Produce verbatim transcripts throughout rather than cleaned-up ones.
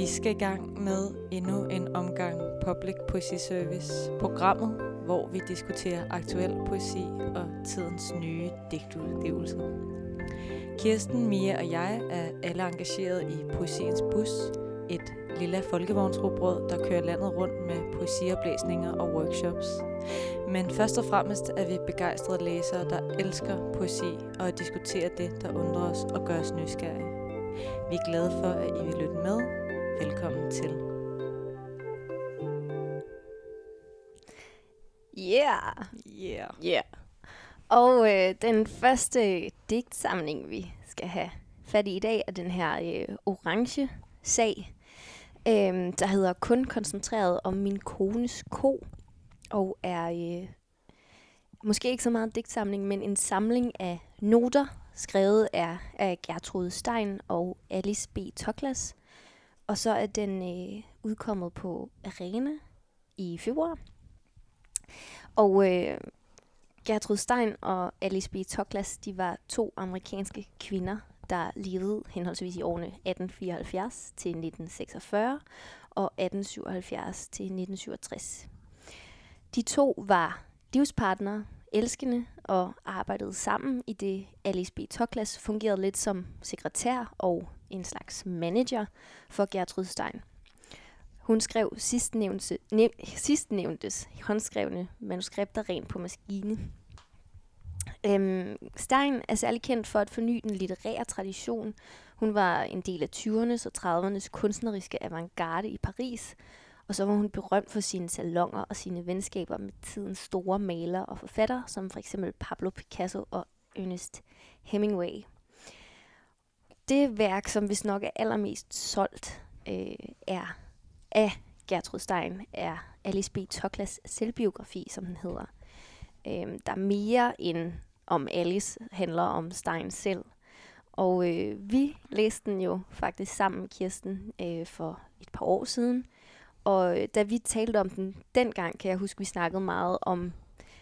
Vi skal i gang med endnu en omgang Public Poesi Service, programmet, hvor vi diskuterer aktuel poesi og tidens nye digtudgivelser. Kirsten, Mia og jeg er alle engageret i Poesiens Bus, et lilla folkevognsrugbrød, der kører landet rundt med poesioplæsninger og workshops. Men først og fremmest er vi begejstrede læsere, der elsker poesi og at diskutere det, der undrer os og gør os nysgerrige. Vi er glade for, at I vil lytte med. Velkommen til. Yeah! Yeah. Yeah. Og øh, den første digtsamling, vi skal have fat i i dag, er den her øh, orange sag, øh, der hedder Kun koncentreret om min kones ko, og er øh, måske ikke så meget en digtsamling, men en samling af noter, skrevet af, af Gertrude Stein og Alice B. Toklas. Og så er den øh, udkommet på Arena i februar. Og øh, Gertrude Stein og Alice B. Toklas, de var to amerikanske kvinder, der levede henholdsvis i årene atten fireoghalvfjerds til nitten seksogfyrre og atten syvoghalvfjerds til nitten syvogtres. De to var livspartnere, elskende og arbejdede sammen, i det Alice B. Toklas fungerede lidt som sekretær og en slags manager for Gertrude Stein. Hun skrev sidstnævnte, næv- sidstnævntes håndskrevne manuskripter rent på maskine. Øhm, Stein er særlig kendt for at forny den litterære tradition. Hun var en del af tyvernes og tredivernes kunstneriske avantgarde i Paris, og så var hun berømt for sine salonger og sine venskaber med tidens store malere og forfattere, som for eksempel Pablo Picasso og Ernest Hemingway. Det værk, som vist nok er allermest solgt øh, er af Gertrude Stein, er Alice B. Toklas selvbiografi, som den hedder. Øh, der er mere end om Alice handler om Stein selv. Og øh, vi læste den jo faktisk sammen, Kirsten, øh, for et par år siden. Og øh, da vi talte om den dengang, kan jeg huske, vi snakkede meget om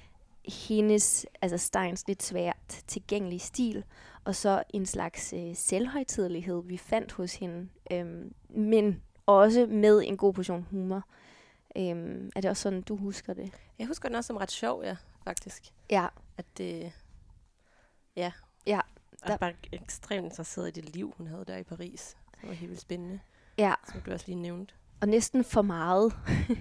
hendes, altså Steins lidt svært tilgængelige stil, og så en slags øh, selvhøjtidelighed, vi fandt hos hende, øhm, men også med en god portion humor. Øhm, er det også sådan, du husker det? Jeg husker den også som ret sjov, ja, faktisk. Ja. At det, ja, ja der er bare ekstremt interesseret i det liv, hun havde der i Paris. Det var helt vildt spændende, ja. Som du også lige nævnte. Og næsten for meget.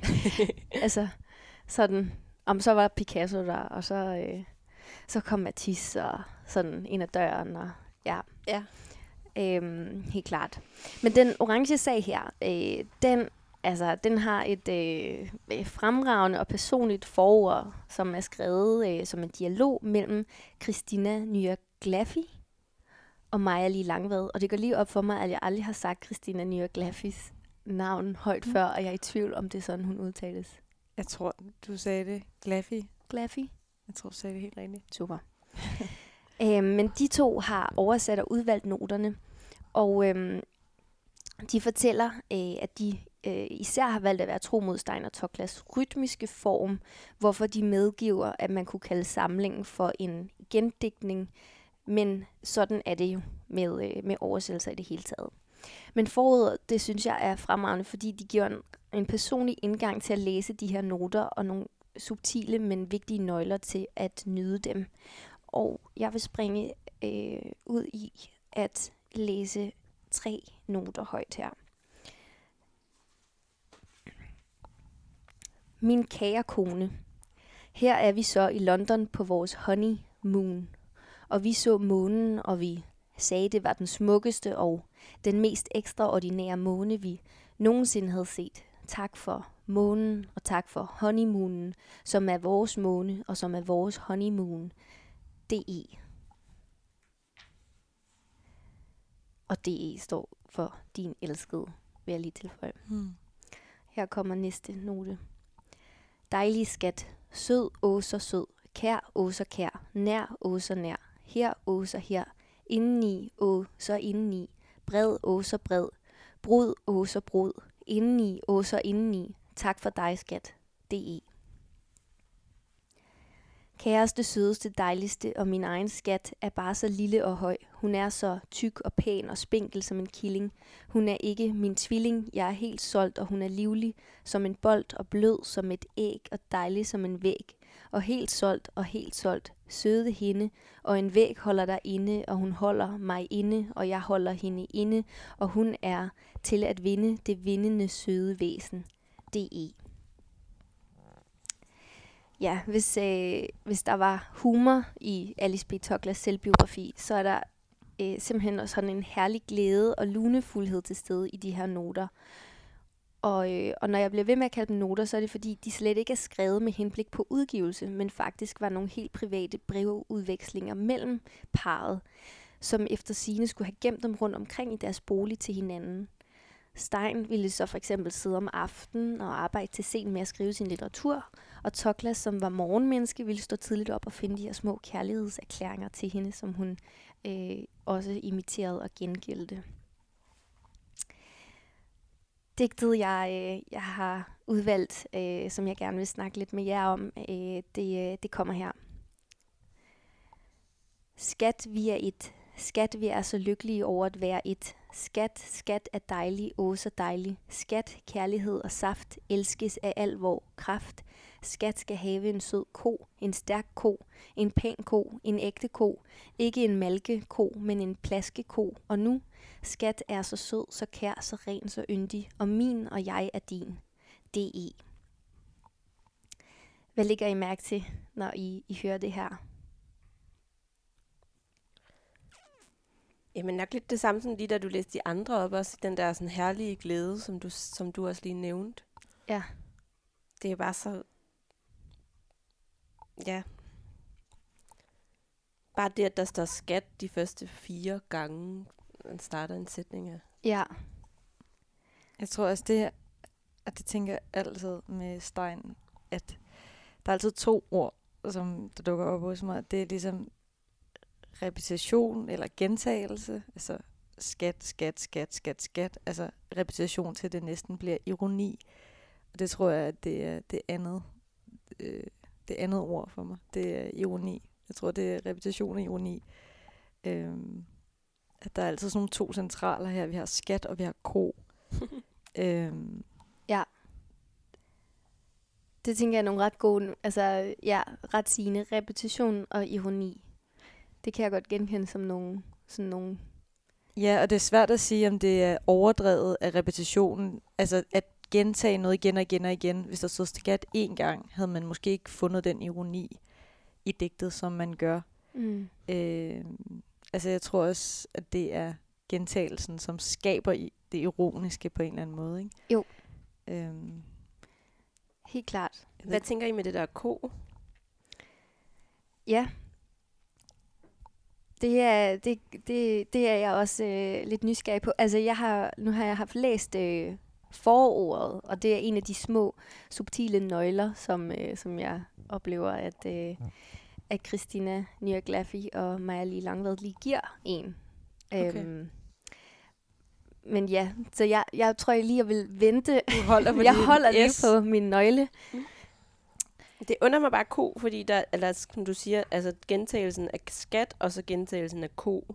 altså, sådan, om så var Picasso der, og så, øh, så kom Matisse og sådan ind ad døren, og ja. Ja. Øhm, helt klart. Men den orange sag her, øh, den, altså, den har et øh, fremragende og personligt forord, som er skrevet øh, som en dialog mellem Christina Nyer-Glaffy og Maja Lie Langvad. Og det går lige op for mig, at jeg aldrig har sagt Christina Nyer-Glaffys navn højt før, og jeg er i tvivl, om det er sådan, hun udtales. Jeg tror, du sagde det. Glaffy. Glaffy? Jeg tror, du sagde det helt rigtigt. Super. øhm, men de to har oversat og udvalgt noterne, og øhm, de fortæller, øh, at de øh, især har valgt at være tro mod Stein og Toklas rytmiske form, hvorfor de medgiver, at man kunne kalde samlingen for en gendigtning, men sådan er det jo med, øh, med oversættelser i det hele taget. Men forordet, det synes jeg er fremragende, fordi de giver en, en personlig indgang til at læse de her noter, og nogle subtile, men vigtige nøgler til at nyde dem. Og jeg vil springe øh, ud i at læse tre noter højt her. Min kære kone, her er vi så i London på vores honeymoon, og vi så månen, og vi sagde, det var den smukkeste og den mest ekstraordinære måne, vi nogensinde havde set. Tak for månen, og tak for honeymoonen, som er vores måne, og som er vores honeymoon. D E. Og D E står for din elskede, vil jeg lige tilføje. Hmm. Her kommer næste note. Dejlig skat, sød, åh så sød, kær, åh så kær, nær, åh så nær, her, åh så her, indeni, åh så indeni, bred, åh så bred, brud, åh så brud, indeni, åh så indeni, tak for dig, skat, D E. Kæreste, sødeste, dejligste og min egen skat er bare så lille og høj. Hun er så tyk og pæn og spinkel som en killing. Hun er ikke min tvilling. Jeg er helt solgt, og hun er livlig som en bold og blød som et æg og dejlig som en væg. Og helt solgt og helt solgt. Søde hende, og en væg holder der inde, og hun holder mig inde, og jeg holder hende inde, og hun er til at vinde det vindende søde væsen. D E Ja, hvis, øh, hvis der var humor i Alice B. Toklas selvbiografi, så er der øh, simpelthen også sådan en herlig glæde og lunefuldhed til stede i de her noter. Og, øh, og når jeg bliver ved med at kalde dem noter, så er det fordi, de slet ikke er skrevet med henblik på udgivelse, men faktisk var nogle helt private brevudvekslinger mellem parret, som efter sigende skulle have gemt dem rundt omkring i deres bolig til hinanden. Stein ville så for eksempel sidde om aftenen og arbejde til sent med at skrive sin litteratur, og Toklas, som var morgenmenneske, ville stå tidligt op og finde de her små kærlighedserklæringer til hende, som hun øh, også imiterede og gengældte. Digtet, jeg, øh, jeg har udvalgt, øh, som jeg gerne vil snakke lidt med jer om, øh, det, øh, det kommer her. Skat, vi er et. Skat, vi er så lykkelige over at være et. Skat, skat er dejlig, åh så dejlig. Skat, kærlighed og saft, elskes af al vor kraft. Skat skal have en sød ko, en stærk ko, en pæn ko, en ægte ko. Ikke en malkeko, men en plaskeko. Og nu, skat er så sød, så kær, så ren, så yndig. Og min og jeg er din. D E Hvad lægger I mærke til, når I, I hører det her? Jamen nok lidt det samme som lige da du læste de andre op, også den der sådan herlige glæde, som du, som du også lige nævnte. Ja. Det er bare så, ja, bare det, at der står skat de første fire gange, man starter en sætning af. Ja. Jeg tror også det, at det tænker jeg altid med Stein, at der er altid to ord, som der dukker op hos mig. Det er ligesom repetition eller gentagelse, altså skat, skat, skat, skat, skat, altså repetition til det næsten bliver ironi. Og det tror jeg, at det er det andet, øh, det andet ord for mig. Det er ironi. Jeg tror, det er repetition og ironi. Øhm, at der er altid sådan nogle to centraler her. Vi har skat, og vi har ko. øhm. Ja. Det tænker jeg er nogle ret gode, altså ja, ret sigende. Repetition og ironi. Det kan jeg godt genkende som nogle, sådan nogle... Ja, og det er svært at sige, om det er overdrevet af repetitionen. Altså at gentage noget igen og igen og igen. Hvis der stod skat én gang, havde man måske ikke fundet den ironi i digtet, som man gør. Mm. Øh, altså jeg tror også, at det er gentagelsen, som skaber i det ironiske på en eller anden måde, ikke? Jo. Øhm. Helt klart. Hvad tænker I med det der ko? Ja. Det er, det, det, det er jeg også øh, lidt nysgerrig på. Altså, jeg har, nu har jeg haft læst øh, forordet, og det er en af de små, subtile nøgler, som, øh, som jeg oplever, at, øh, at Christina Nyerglaffi og Maja Lie Langvad lige giver en. Okay. Øhm, men ja, så jeg, jeg tror jeg lige, jeg vil vente. Du holder på jeg din holder lige S. på min nøgle. Mm. Det undrer mig bare ko, fordi der, eller som du siger, altså gentagelsen af skat, og så gentagelsen af ko.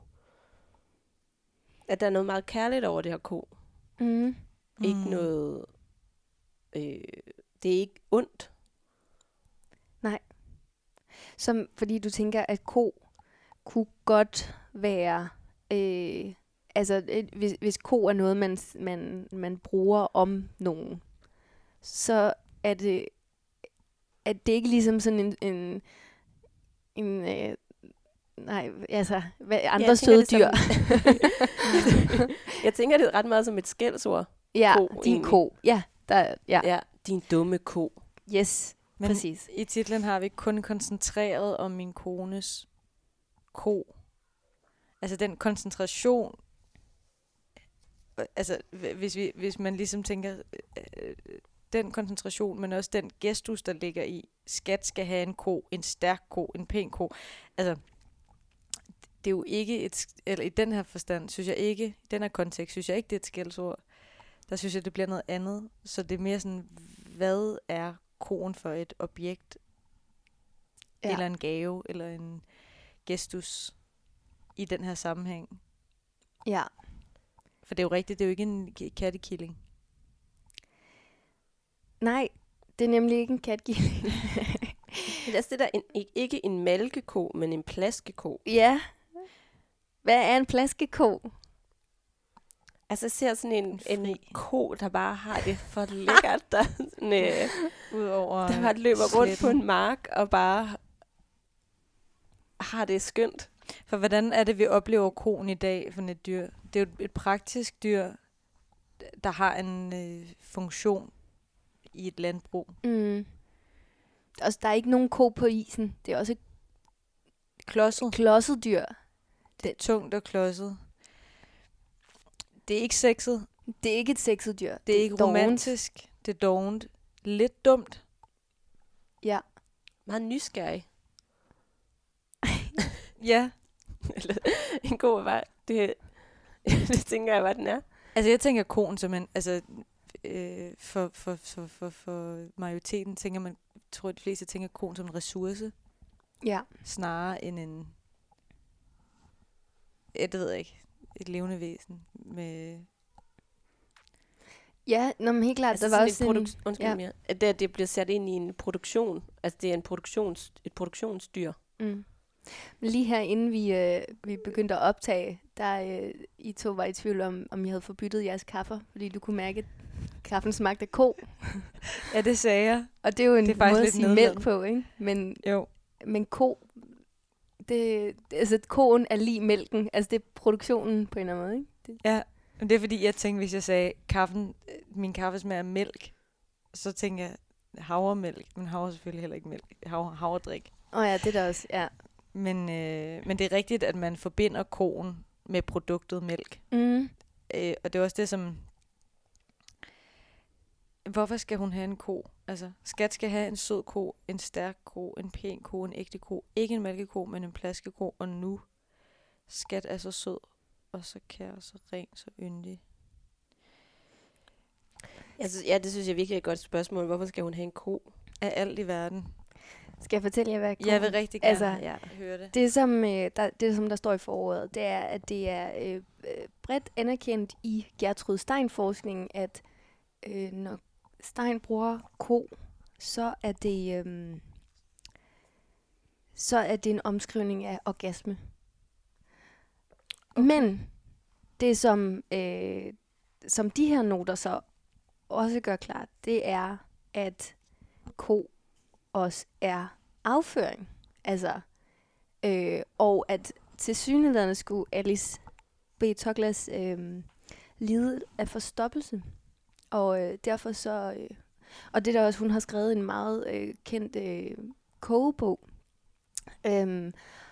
At der er noget meget kærligt over det her ko. Mm. Ikke Mm. noget, øh, det er ikke ondt. Nej. Som, fordi du tænker, at ko kunne godt være... Øh, altså, øh, hvis, hvis ko er noget, man, man, man bruger om nogen, så er det, at det ikke ligesom sådan en... en, en øh, nej, altså, hvad, andre jeg søde tænker dyr. det som- Jeg tænker det ret meget som et skældsord. Ja, ko, din egentlig. ko. Ja, der, ja. Ja, din dumme ko. Yes, Men præcis. i titlen har vi kun koncentreret om min kones ko. Altså den koncentration, øh, altså hv- hvis, vi, hvis man ligesom tænker, øh, den koncentration, men også den gestus, der ligger i, skat skal have en ko, en stærk ko, en pæn ko. Altså, det er jo ikke et, eller i den her forstand, synes jeg ikke, i den her kontekst, synes jeg ikke, det er et skældsord. Der synes jeg, det bliver noget andet. Så det er mere sådan, hvad er koen for et objekt? ja. eller en gave, eller en gestus i den her sammenhæng. Ja. For det er jo rigtigt, det er jo ikke en kattekilling. Nej, det er nemlig ikke en katkilling. Det er det der en, ikke en malkeko, men en plaskeko. Ja. Hvad er en plaskeko? Altså, jeg ser sådan en, en, en ko, der bare har det for lækkert, der, sådan, øh, Udover der bare løber sletten. rundt på en mark og bare har det skønt. For hvordan er det, vi oplever koen i dag for et dyr? Det er jo et praktisk dyr, der har en øh, funktion i et landbrug. Mm. Altså, der er ikke nogen ko på isen. Det er også et Klodset. klodset dyr. Det er tungt og klodset. Det er ikke sexet. Det er ikke et sexet dyr. Det er ikke dovent. romantisk. Det er dovent. Lidt dumt. Ja. Meget nysgerrig. Ja. En ko er bare, det, det tænker jeg, hvad den er. Altså, jeg tænker koen som en, altså, øh, for, for, for, for, for majoriteten tænker man, tror de fleste tænker koen som en ressource, Ja. snarere end en, ja, det ved jeg ikke, et levende væsen med, Ja, nå, men helt klart. Altså der var sådan også en en... produk- undskyld, ja. mere, at det, at det bliver sat ind i en produktion. Altså, det er en produktions, et produktionsdyr. Mm. Men lige her, inden vi, øh, vi begyndte at optage, der øh, I to var i tvivl om, om I havde forbyttet jeres kaffer, fordi du kunne mærke, at kaffen smagte af ko. ja, det sagde jeg. Og det er jo en Det er faktisk måde at lidt sige nedladende. mælk på, ikke? Men, Jo. men ko, det, det- altså koen er lige mælken. Altså det er produktionen på en eller anden måde, ikke? Det, Ja, men det er fordi, jeg tænkte, hvis jeg sagde, kaffen, øh, min kaffe smager af mælk, så tænker jeg havremælk, men havre er selvfølgelig heller ikke mælk, havre, havredrik. Åh oh ja, det er der også, ja. Men, øh, men det er rigtigt, at man forbinder koen med produktet mælk. Mm. Øh, og det er også det, som... Hvorfor skal hun have en ko? Altså, skat skal have en sød ko, en stærk ko, en pæn ko, en ægte ko. Ikke en mælkeko, men en plaskeko. Og nu, skat er så sød, og så kær, så ren, så yndig. Altså, ja, det synes jeg virkelig er et godt spørgsmål. Hvorfor skal hun have en ko? Af alt i verden. Skal jeg fortælle jer, hvad ko Jeg vil rigtig gerne Altså, altså, ja, høre det. Det som, øh, der, det, som der står i forordet, det er, at det er øh, øh, bredt anerkendt i Gertrud Stein-forskningen, at øh, når Stein bruger ko, så er det øh, så er det en omskrivning af orgasme. Okay. Men det, som, øh, som de her noter så også gør klart, det er, at ko også er afføring. Altså, øh, og at tilsyneladende skulle Alice B. Douglas øh, lide af forstoppelse. Og øh, derfor så... Øh, og det der også, hun har skrevet en meget øh, kendt øh, kogebog, øh,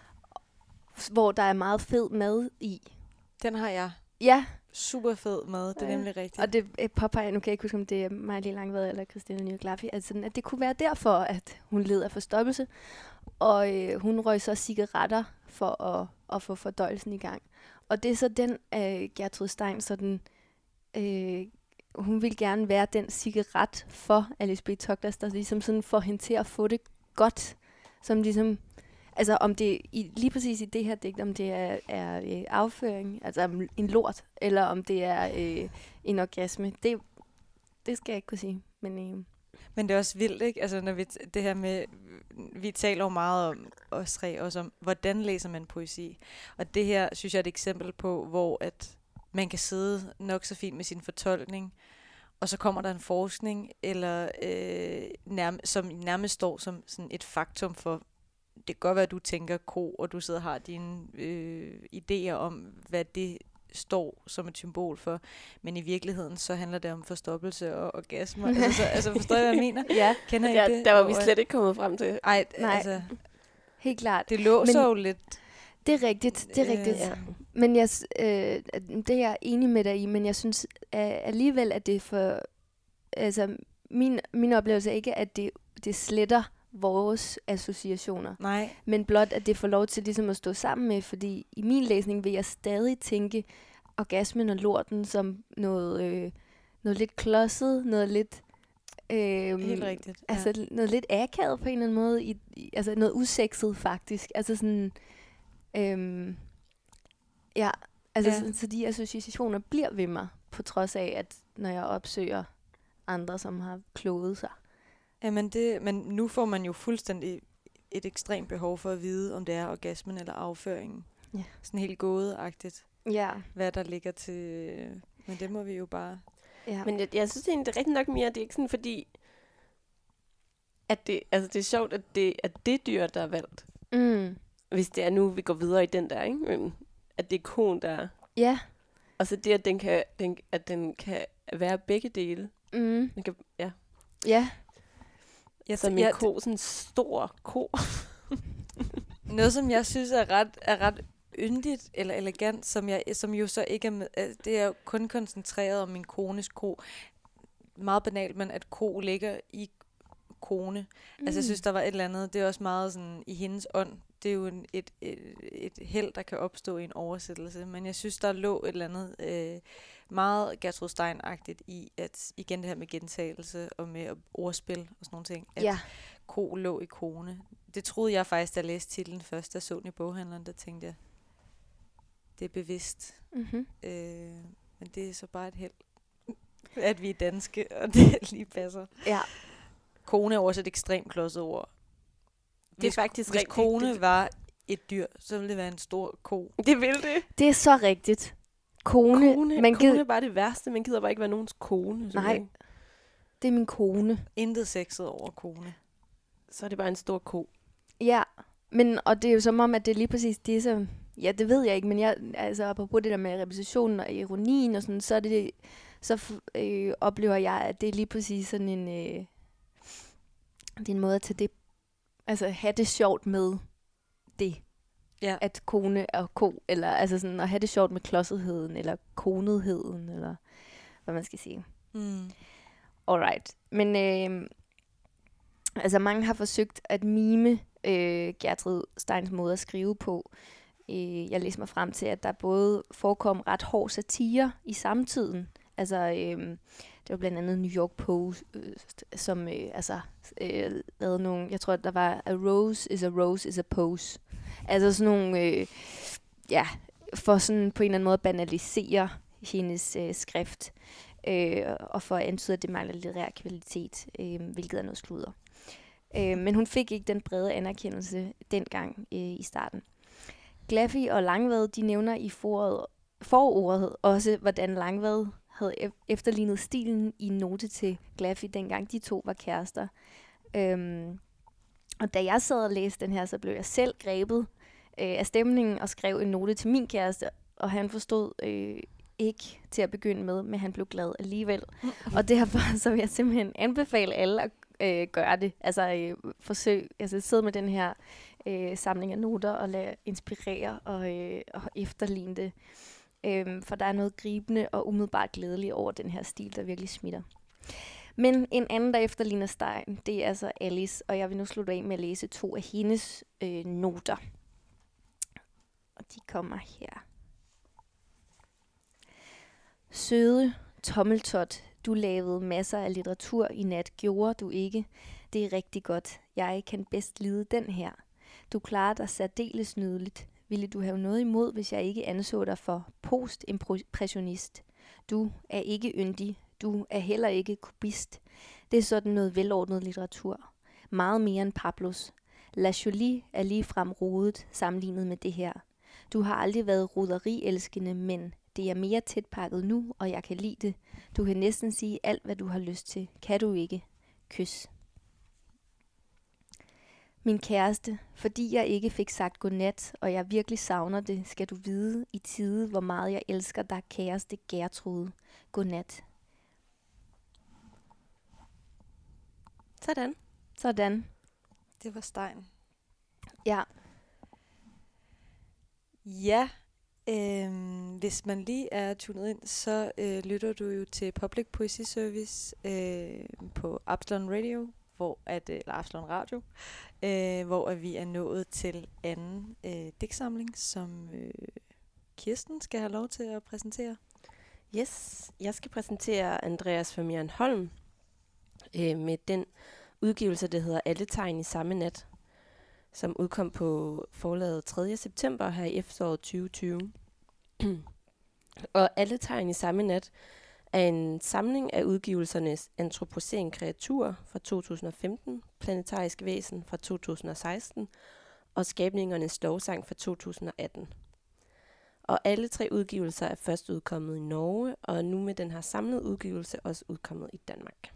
hvor der er meget fed mad i. Den har jeg. Ja, Super fed mad, det er Ja. nemlig rigtigt. og det øh, påpeger, nu kan jeg ikke huske, om det er Maja Langvad eller Christina Nyglaffi, altså sådan, at det kunne være derfor, at hun led af forstoppelse, og øh, hun røg så cigaretter for at, at få fordøjelsen i gang. Og det er så den, øh, Gertrud Stein, sådan, øh, hun vil gerne være den cigaret for Alice B. Douglas, der ligesom sådan får hende til at få det godt, som ligesom... Altså om det i, lige præcis i det her digt, om det er, er øh, afføring, altså en lort, eller om det er øh, en orgasme, det, det skal jeg ikke kunne sige. Men, øh, Men det er også vildt, ikke? Altså, når vi t- det her med, vi taler jo meget om, os tre, også om, hvordan læser man poesi. Og det her, synes jeg, er et eksempel på, hvor at man kan sidde nok så fint med sin fortolkning, og så kommer der en forskning, eller øh, nærm- som nærmest står som sådan et faktum for, det kan godt være, at du tænker ko, og du sidder og har dine øh, idéer om, hvad det står som et symbol for. Men i virkeligheden, så handler det om forstoppelse og orgasmer. altså, så, altså, forstår jeg, hvad jeg mener? ja, Kender I Der, det? der var vi Hvor- slet ikke kommet frem til. Ej, Nej. altså, helt klart. det låser Men- jo lidt. Det er rigtigt, det er Øh, rigtigt. Ja. Men jeg, s- øh, det er jeg enig med dig i, men jeg synes at alligevel, at det for... Altså, min, min oplevelse er ikke, at det, det sletter vores associationer, Nej, men blot, at det får lov til ligesom at stå sammen med, fordi i min læsning vil jeg stadig tænke orgasmen og lorten som noget, øh, noget lidt klodset, noget lidt Øhm, Helt rigtigt. Altså ja. noget lidt akavet på en eller anden måde. I, i, altså noget usekset faktisk. Altså sådan... Øhm, ja, altså Ja. så, så de associationer bliver ved mig, på trods af, at når jeg opsøger andre, som har kloget sig. Jamen det, men nu får man jo fuldstændig et ekstremt behov for at vide, om det er orgasmen eller afføringen. Ja. Sådan helt gådeagtigt, Ja. hvad der ligger til... Men det må vi jo bare... ja. Men jeg, jeg synes egentlig, det er rigtig nok mere, det er ikke sådan, fordi, at det, altså det er sjovt, at det er det dyr, der er valgt. Mm. Hvis det er nu, vi går videre i den der, ikke? Men at det er koen, der er. Ja. Og så det, at den kan, den, at den kan være begge dele. Mm. Den kan, ja. Ja. Jeg, Som en jeg, ko, sådan en stor ko. Noget, som jeg synes er ret, er ret yndigt eller elegant, som, jeg, som jo så ikke er med, altså, det er jo kun koncentreret om min kones ko. Meget banalt, men at ko ligger i kone. Mm. Altså jeg synes, der var et eller andet, det er også meget sådan i hendes ånd. Det er jo en, et, et, et held, der kan opstå i en oversættelse, men jeg synes, der lå et eller andet øh, meget Gertrud Stein-agtigt i, at igen det her med gentagelse og med ordspil og sådan nogle ting, at Ja. ko lå i kone. Det troede jeg faktisk, da jeg læste titlen først, da jeg så den i boghandleren, der tænkte jeg, det er bevidst. Mm-hmm. Øh, men det er så bare et held, at vi er danske, og det lige passer. Ja. Kone er også et ekstremt klodset ord. Det er faktisk Hvis rigtigt. kone Det- var et dyr, så ville det være en stor ko. Det vil det. Det er så rigtigt. Kone, Kone, man kone gid, er bare det værste. Man gider bare ikke være nogens kone. synes Nej. jeg, ikke? det er min kone. Intet sexet over kone. Så er det bare en stor ko. Ja, men og det er jo som om, at det er lige præcis det, som... Ja, det ved jeg ikke, men jeg, altså apropos det der med repetitionen og ironien og sådan, så er det, så f- øh, oplever jeg, at det er lige præcis sådan en... Øh, det er en måde at tage det... Altså have det sjovt med det. Ja. At kone er ko, eller altså sådan at have det sjovt med klodsetheden, eller konetheden, eller hvad man skal sige. Mm. Alright. Men øh, altså mange har forsøgt at mime øh, Gertrud Steins måde at skrive på. Øh, jeg læste mig frem til, at der både forekom ret hård satire i samtiden. Altså, øh, det var blandt andet New York Post, øh, som øh, altså, øh, lavede nogle, jeg tror, der var A Rose is a Rose is a Pose. Altså sådan nogle, øh, ja, for sådan på en eller anden måde at banalisere hendes øh, skrift. Øh, og for at antyde, at det mangler litterær kvalitet, øh, hvilket er noget sludder. Øh, men hun fik ikke den brede anerkendelse dengang øh, i starten. Glaffy og Langvad, de nævner i foråret, forordet også, hvordan Langvad havde ef- efterlignet stilen i en note til Glaffy, dengang de to var kærester. Øhm, og da jeg sad og læste den her, så blev jeg selv grebet øh, af stemningen og skrev en note til min kæreste, og han forstod øh, ikke til at begynde med, men han blev glad alligevel. Og derfor så vil jeg simpelthen anbefale alle at øh, gøre det. Altså øh, forsøg, altså sidde med den her øh, samling af noter og lade inspirere og, øh, og efterligne det. Øhm, for der er noget gribende og umiddelbart glædeligt over den her stil, der virkelig smitter. Men en anden, der efterligner Stein, det er altså Alice, og jeg vil nu slutte af med at læse to af hendes øh, noter. Og de kommer her. Søde tommeltot, du lavede masser af litteratur i nat, gjorde du ikke? Det er rigtig godt. Jeg kan bedst lide den her. Du klarer dig særdeles nydeligt. Ville du have noget imod, hvis jeg ikke anså dig for postimpressionist? Du er ikke yndig. Du er heller ikke kubist. Det er sådan noget velordnet litteratur. Meget mere end Pablos. La Jolie er ligefrem rodet sammenlignet med det her. Du har aldrig været roderielskende, men det er mere tæt pakket nu, og jeg kan lide det. Du kan næsten sige alt, hvad du har lyst til. Kan du ikke? Kys. Min kæreste, fordi jeg ikke fik sagt godnat, og jeg virkelig savner det, skal du vide i tide, hvor meget jeg elsker dig, kæreste Gertrude. Godnat. Sådan. Sådan. Det var Stein. Ja. Ja, øhm, hvis man lige er tunet ind, så øh, lytter du jo til Public Poesy Service øh, på Absalon Radio, hvor at, øh, eller Absalon Radio, øh, hvor at vi er nået til anden øh, digtsamling, som øh, Kirsten skal have lov til at præsentere. Yes, jeg skal præsentere Andreas Famian Holm. øh, med den udgivelse, der hedder Alle tegn i samme nat, som udkom på forlaget tredje september her i efteråret tyve tyve. Og Alle tegn i samme nat er en samling af udgivelsernes Antropocæn kreatur fra to tusind og femten, Planetarisk væsen fra to tusind og seksten og Skabningernes lovsang fra to tusind og atten. Og alle tre udgivelser er først udkommet i Norge, og er nu med den her samlede udgivelse også udkommet i Danmark.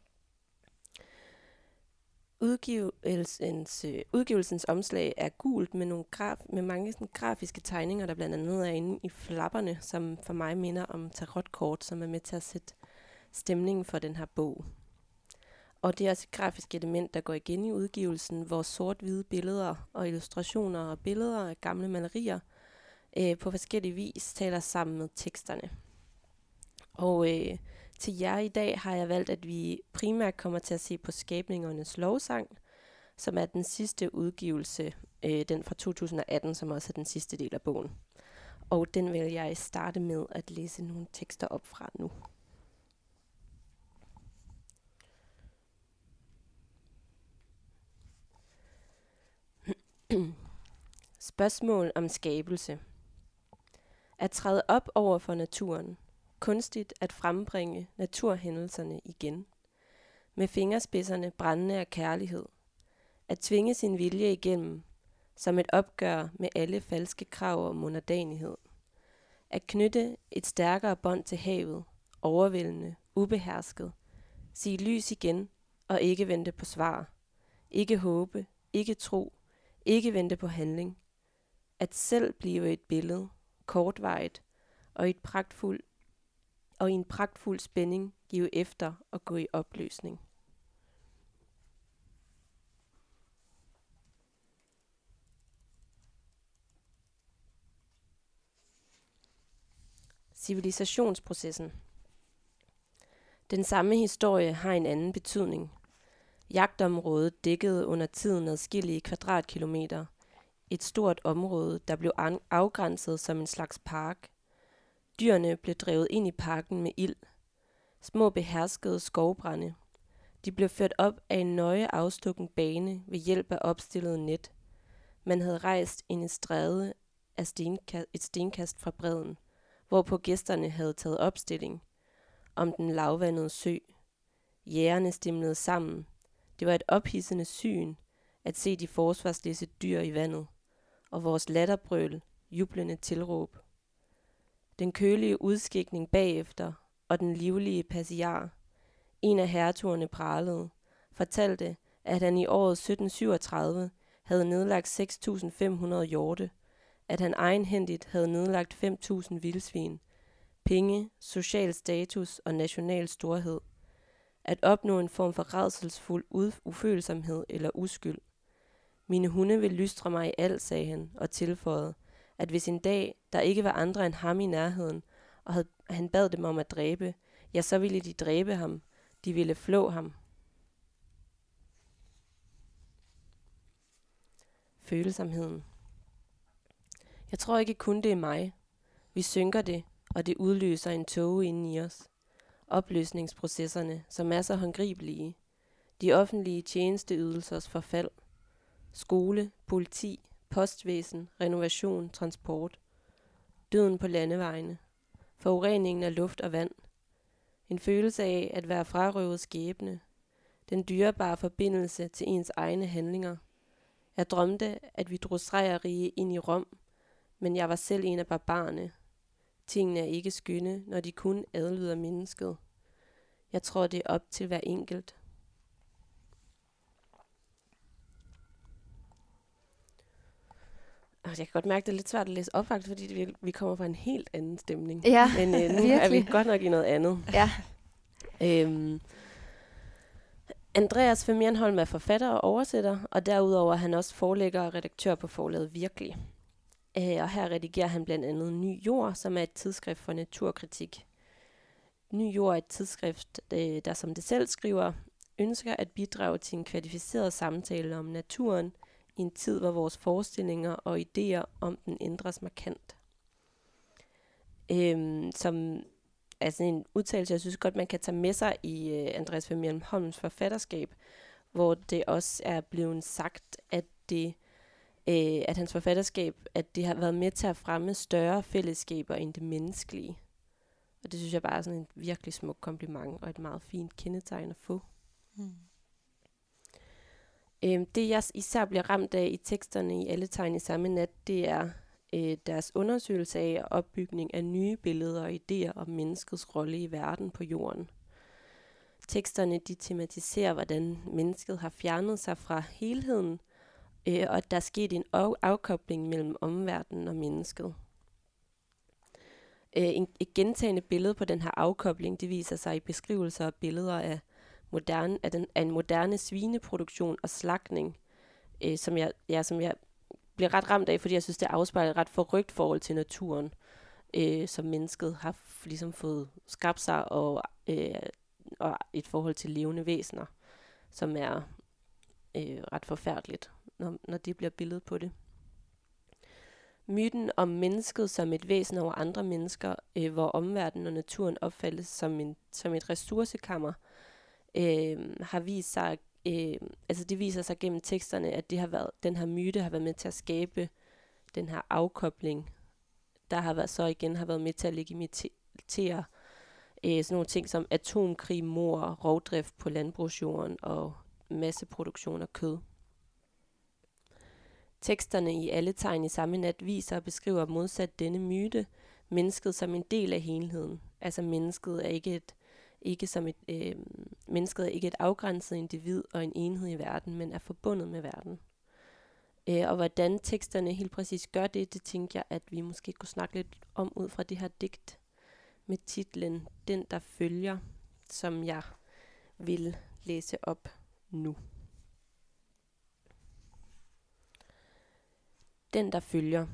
Udgivelsens, øh, udgivelsens omslag er gult med, nogle graf, med mange sådan, grafiske tegninger, der blandt andet er inde i flapperne, som for mig minder om tarotkort, som er med til at sætte stemningen for den her bog. Og det er også et grafisk element, der går igen i udgivelsen, hvor sort-hvide billeder og illustrationer og billeder af gamle malerier øh, på forskellige vis taler sammen med teksterne. Og øh, til jer i dag har jeg valgt, at vi primært kommer til at se på Skabningernes lovsang, som er den sidste udgivelse, øh, den fra to tusind og atten, som også er den sidste del af bogen. Og den vil jeg starte med at læse nogle tekster op fra nu. Spørgsmål om skabelse. At træde op over for naturen. Kunstigt at frembringe naturhændelserne igen. Med fingerspidserne brændende af kærlighed. At tvinge sin vilje igennem, som et opgør med alle falske krav om underdanighed. At knytte et stærkere bånd til havet, overvældende, ubehersket. Sige lys igen, og ikke vente på svar. Ikke håbe, ikke tro, ikke vente på handling. At selv blive et billede, kortvarigt, og, et pragtfuld, og i en pragtfuld spænding give efter og gå i opløsning. Civilisationsprocessen. Den samme historie har en anden betydning. Jagtområdet dækkede under tiden adskillige kvadratkilometer. Et stort område, der blev afgrænset som en slags park. Dyrene blev drevet ind i parken med ild. Små beherskede skovbrande. De blev ført op af en nøje afstukken bane ved hjælp af opstillet net. Man havde rejst en estrade af stenka- et stenkast fra bredden, hvorpå gæsterne havde taget opstilling om den lavvandede sø. Jægerne stimlede sammen. Det var et ophidsende syn at se de forsvarsløse dyr i vandet, og vores latterbrøl, jublende tilråb. Den kølige udskikning bagefter, og den livlige passiar, en af hertugerne pralede, fortalte, at han i året sytten syvogtredive havde nedlagt seks tusind fem hundrede hjorte, at han egenhændigt havde nedlagt fem tusind vildsvin, penge, social status og national storhed. At opnå en form for rædselsfuld ufølsomhed eller uskyld. Mine hunde vil lystre mig i alt, sagde han, og tilføjede, at hvis en dag, der ikke var andre end ham i nærheden, og havde, han bad dem om at dræbe, ja, så ville de dræbe ham. De ville flå ham. Følsomheden. Jeg tror ikke kun det er mig. Vi synker det, og det udløser en tåge inden i os. Opløsningsprocesserne, som er så håndgribelige. De offentlige tjenesteydelsers forfald. Skole, politi, postvæsen, renovation, transport. Døden på landevejene. Forureningen af luft og vand. En følelse af at være frarøvet skæbne. Den dyrebare forbindelse til ens egne handlinger. Jeg drømte, at vi drog sejrrige ind i Rom, men jeg var selv en af barbarerne. Tingene er ikke skønne, når de kun adlyder mennesket. Jeg tror, det er op til hver enkelt. Jeg kan godt mærke, det er lidt svært at læse op, faktisk, fordi vi, vi kommer fra en helt anden stemning. Ja, Men øh, nu virkelig. er vi godt nok i noget andet. Ja. Øhm, Andreas Vermierenholm er forfatter og oversætter, og derudover er han også forlægger og redaktør på forlaget Virkelig. Øh, og her redigerer han blandt andet Ny Jord, som er et tidsskrift for naturkritik. Ny Jord er et tidsskrift, øh, der som det selv skriver, ønsker at bidrage til en kvalificeret samtale om naturen, i en tid, hvor vores forestillinger og idéer om den ændres markant. Øhm, som altså en udtalelse, jeg synes godt, man kan tage med sig i øh, Andreas Vermeer Holms forfatterskab, hvor det også er blevet sagt, at det øh, at hans forfatterskab, at det har været med til at fremme større fællesskaber end det menneskelige. Og det synes jeg bare er sådan en virkelig smuk kompliment, og et meget fint kendetegn at få. Mm. Øhm, det jeg især bliver ramt af i teksterne i Alle tegn i samme nat, det er øh, deres undersøgelse af og opbygning af nye billeder og idéer om menneskets rolle i verden på jorden. Teksterne de tematiserer, hvordan mennesket har fjernet sig fra helheden, øh, og at der er sket en af- afkobling mellem omverdenen og mennesket. Øh, en, et gentagende billede på den her afkobling, det viser sig i beskrivelser og billeder af, moderne, af, den, af en moderne svineproduktion og slagtning, øh, som, jeg, ja, som jeg bliver ret ramt af, fordi jeg synes, det afspejler et ret forrygt forhold til naturen, øh, som mennesket har f- ligesom fået skabt sig, og, øh, og et forhold til levende væsener, som er øh, ret forfærdeligt, når, når det bliver billedet på det. Myten om mennesket som et væsen over andre mennesker, øh, hvor omverdenen og naturen opfattes som, en, som et ressourcekammer, øh, har vist sig, øh, altså det viser sig gennem teksterne, at det har været, den her myte har været med til at skabe den her afkobling, der har været, så igen har været med til at legitimere øh, sådan nogle ting som atomkrig, mord, rovdrift på landbrugsjorden og masseproduktion af kød. Teksterne i Alle tegn i samme nat viser og beskriver modsat denne myte, mennesket som en del af helheden. Altså mennesket er ikke et, ikke som et, øh, mennesket er ikke et afgrænset individ og en enhed i verden, men er forbundet med verden. Øh, og hvordan teksterne helt præcis gør det, det tænker jeg, at vi måske kunne snakke lidt om ud fra det her digt med titlen Den, der følger, som jeg vil læse op nu. Den, der følger.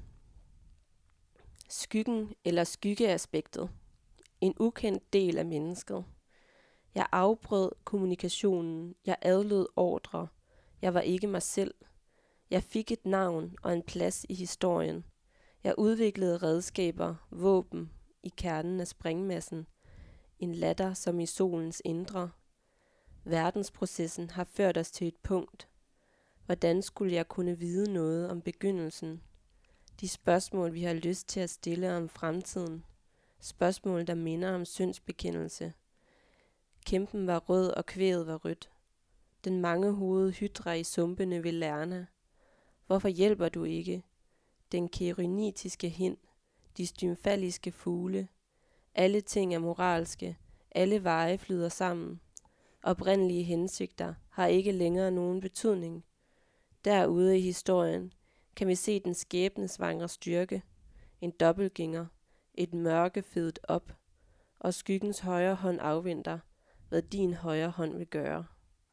Skyggen eller skyggeaspektet. En ukendt del af mennesket. Jeg afbrød kommunikationen. Jeg adlød ordre. Jeg var ikke mig selv. Jeg fik et navn og en plads i historien. Jeg udviklede redskaber, våben i kernen af sprængmassen. En latter som i solens indre. Verdensprocessen har ført os til et punkt. Hvordan skulle jeg kunne vide noget om begyndelsen? De spørgsmål, vi har lyst til at stille om fremtiden. Spørgsmål, der minder om syndsbekendelse. Kæmpen var rød, og kvæget var rødt. Den mangehovedede hydra i sumpene ved Lerna. Hvorfor hjælper du ikke? Den keronitiske hind. De stymfaliske fugle. Alle ting er moralske. Alle veje flyder sammen. Oprindelige hensigter har ikke længere nogen betydning. Derude i historien kan vi se den skæbnesvangre styrke, en dobbeltgænger, et mørke fedet op, og skyggens højre hånd afventer, hvad din højre hånd vil gøre.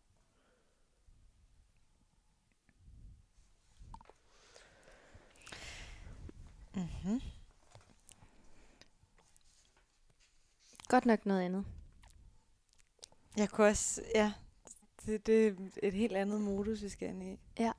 Mm-hmm. Godt nok noget andet. Jeg kunne også, ja, det, det er et helt andet modus, vi skal ind i. Ja.